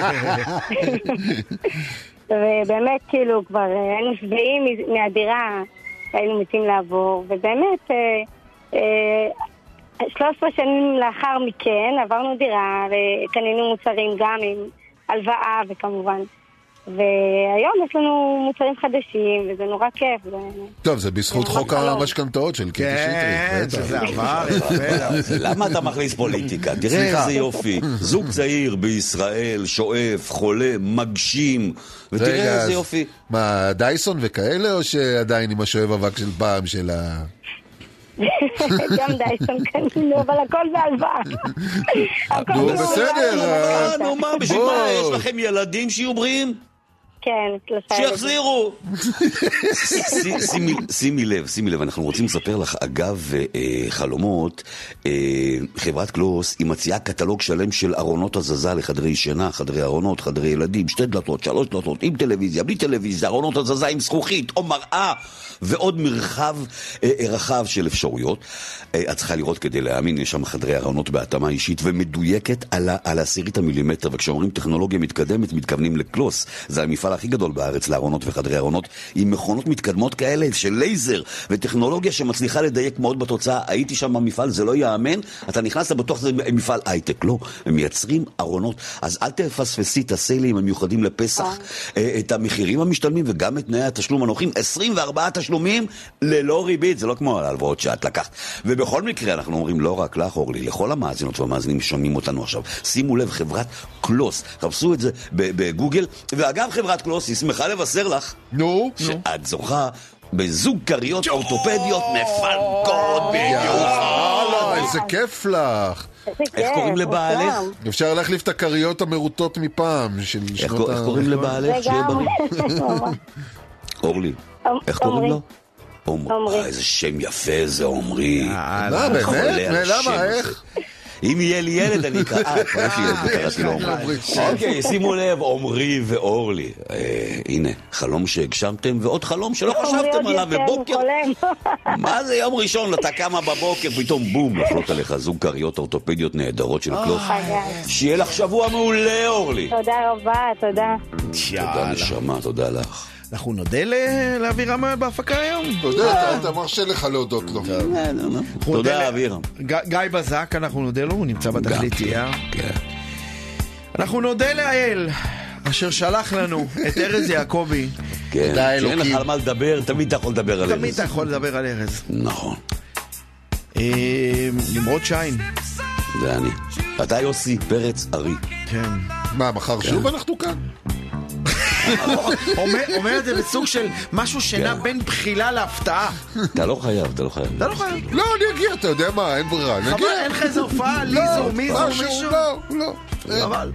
ובאמת כאילו כבר היינו שבעים מהדירה, היינו מתים לעבור, ובאמת שלוש עשרה שנים לאחר מכן עברנו דירה וקנינו מוצרים גם עם הלוואה וכמובן, והיום יש לנו מוצרים חדשים וזה נורא כיף. טוב, זה בזכות חוק המשכנתאות של קטי שטרית. כן, שזה עבר. למה אתה מכניס פוליטיקה? תראה איזה יופי, זוג צעיר בישראל שואף, חולה, מגשים, ותראה איזה יופי. מה, דייסון וכאלה או שעדיין עם השואב אבק של פעם של ה... גם דייסון קנינו, אבל הכל בהלוואה. נו, בסדר. נו, מה, בשביל מה? יש לכם ילדים שיהיו בריאים? כן, שיחזירו. שימי לב, שימי לב, אנחנו רוצים לספר לך, אגב חלומות, חברת קלוס היא מציעה קטלוג שלם של ארונות הזזה לחדרי שינה, חדרי ארונות, חדרי ילדים, שתי דלתות, שלוש דלתות, עם טלוויזיה, בלי טלוויזיה, ארונות הזזה עם זכוכית או מראה ועוד מרחב רחב של אפשרויות. את צריכה לראות כדי להאמין, יש שם חדרי ארונות בהתאמה אישית ומדויקת על העשירית המילימטר, וכשאומרים טכנולוגיה מתקדמת מתכוונים לקלוס. זה המפעל הכי גדול בארץ לארונות וחדרי ארונות, עם מכונות מתקדמות כאלה של לייזר וטכנולוגיה שמצליחה לדייק מאוד בתוצאה. הייתי שם במפעל, זה לא יאמן, אתה נכנס לבטוח, זה מפעל הייטק, לא, הם מייצרים ארונות. אז אל תפספסי את הסיילים המיוחדים לפסח, את המחירים המשתלמים וגם את תנאי התשלום הנוחים, עשרים וארבעה תשלומים ללא ריבית, זה לא כמו ההלוואות שאת לקחת. ובכל מקרה אנחנו אומרים לא רק לך אורלי, לכל המאזינות והמאזינים שומעים אותנו עכשיו, שימו לב, חברת קלוס, חפשו את זה בגוגל, ואגב חברת קלוס היא שמחה לבשר לך נו, שאת זוכה בזוג קריות אורתופדיות מפנקות במיוחד. איזה כיף לך. איך קוראים לבעלך? אפשר להחליף את הקריות המרוטות מפעם של שנות ה... איך קוראים לבעלך? שיהיה בריא. אורלי, איך קוראים לו? עומרי. איזה שם יפה זה עומרי. מה, באמת? למה? איך? אם יהיה לי ילד אני אקרא, אה, כבר יש לי ילד, קראתי לו עומרי. אוקיי, שימו לב, עומרי ואורלי. הנה, חלום שהגשמתם, ועוד חלום שלא חשבתם עליו, ובוקר... מה זה יום ראשון? אתה קמה בבוקר, פתאום בום, נפלות עליך זוג קריות אורתופדיות נהדרות של קלוס. שיהיה לך שבוע מעולה, אורלי. תודה רבה, תודה. תודה נשמה, תודה לך. אנחנו נודה לאבירם בהפקה היום. תודה, אתה מרשה לך להודות לו. תודה אבירם. גיא בזק, אנחנו נודה לו, הוא נמצא בתכליתייה. אנחנו נודה לאל אשר שלח לנו את ארז יעקבי. כן, שאין לך על מה לדבר, תמיד אתה יכול לדבר על ארז. תמיד אתה יכול לדבר על ארז. נכון. נמרוד שיין. זה אני. אתה יוסי פרץ ארי. כן. מה, מחר שוב אנחנו כאן? אומר את זה בסוג של משהו שנע בין בחילה להפתעה. אתה לא חייב, אתה לא חייב. אתה לא חייב. לא, אני אגיע, אתה יודע מה, אין ברירה. חבל, אין לך איזה הופעה, ליזו, מיזו, מישהו? לא, לא. חבל.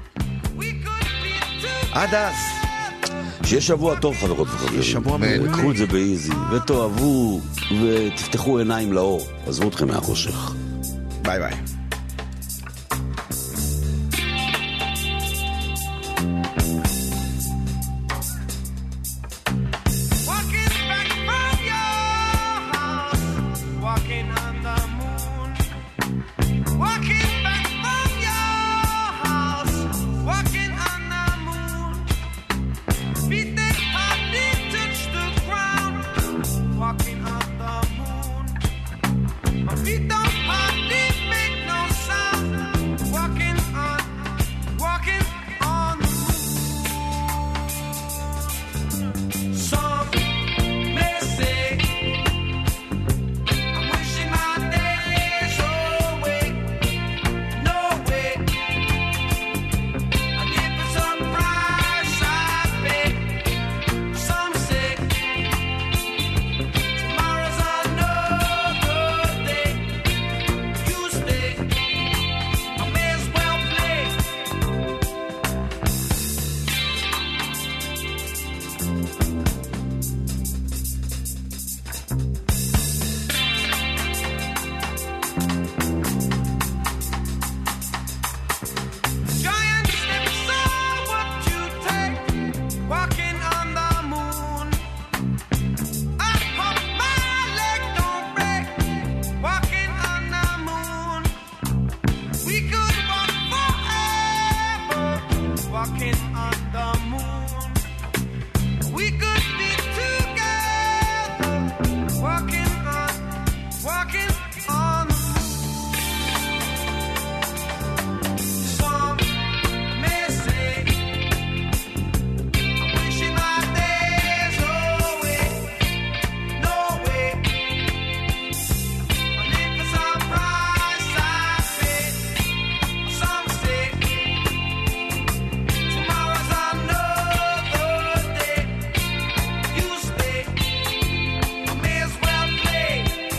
עד אז. שיהיה שבוע טוב, חברות וחברים. שיהיה שבוע מעולה. קחו את זה באיזי, ותאהבו, ותפתחו עיניים לאור. עזבו אתכם מהחושך. ביי ביי. We don't hardly make no walking on the moon. We could be together, walking on, walking on the moon. Some may say I'm wishing my days away. No way. I live for some price I pay. Some say tomorrow's another day. You stay, I may as well play.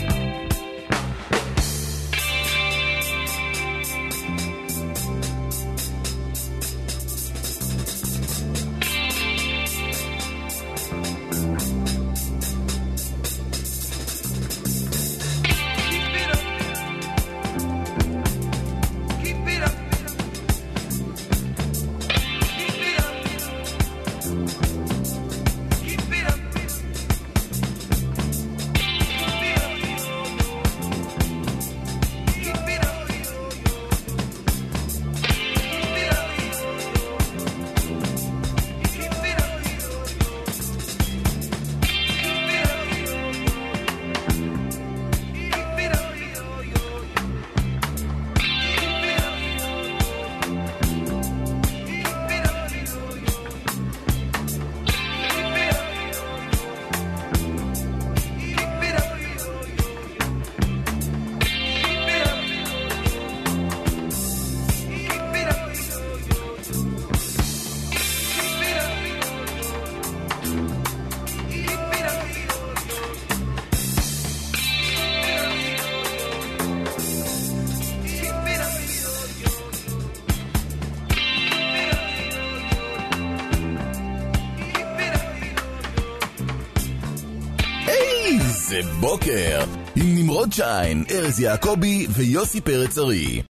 Keep it up. Keep it up. Keep it up. Keep it up. Keep it up. Keep it up. איזה בוקר! עם נמרוד שיין, ארז יעקבי ויוסי פרץ ארי.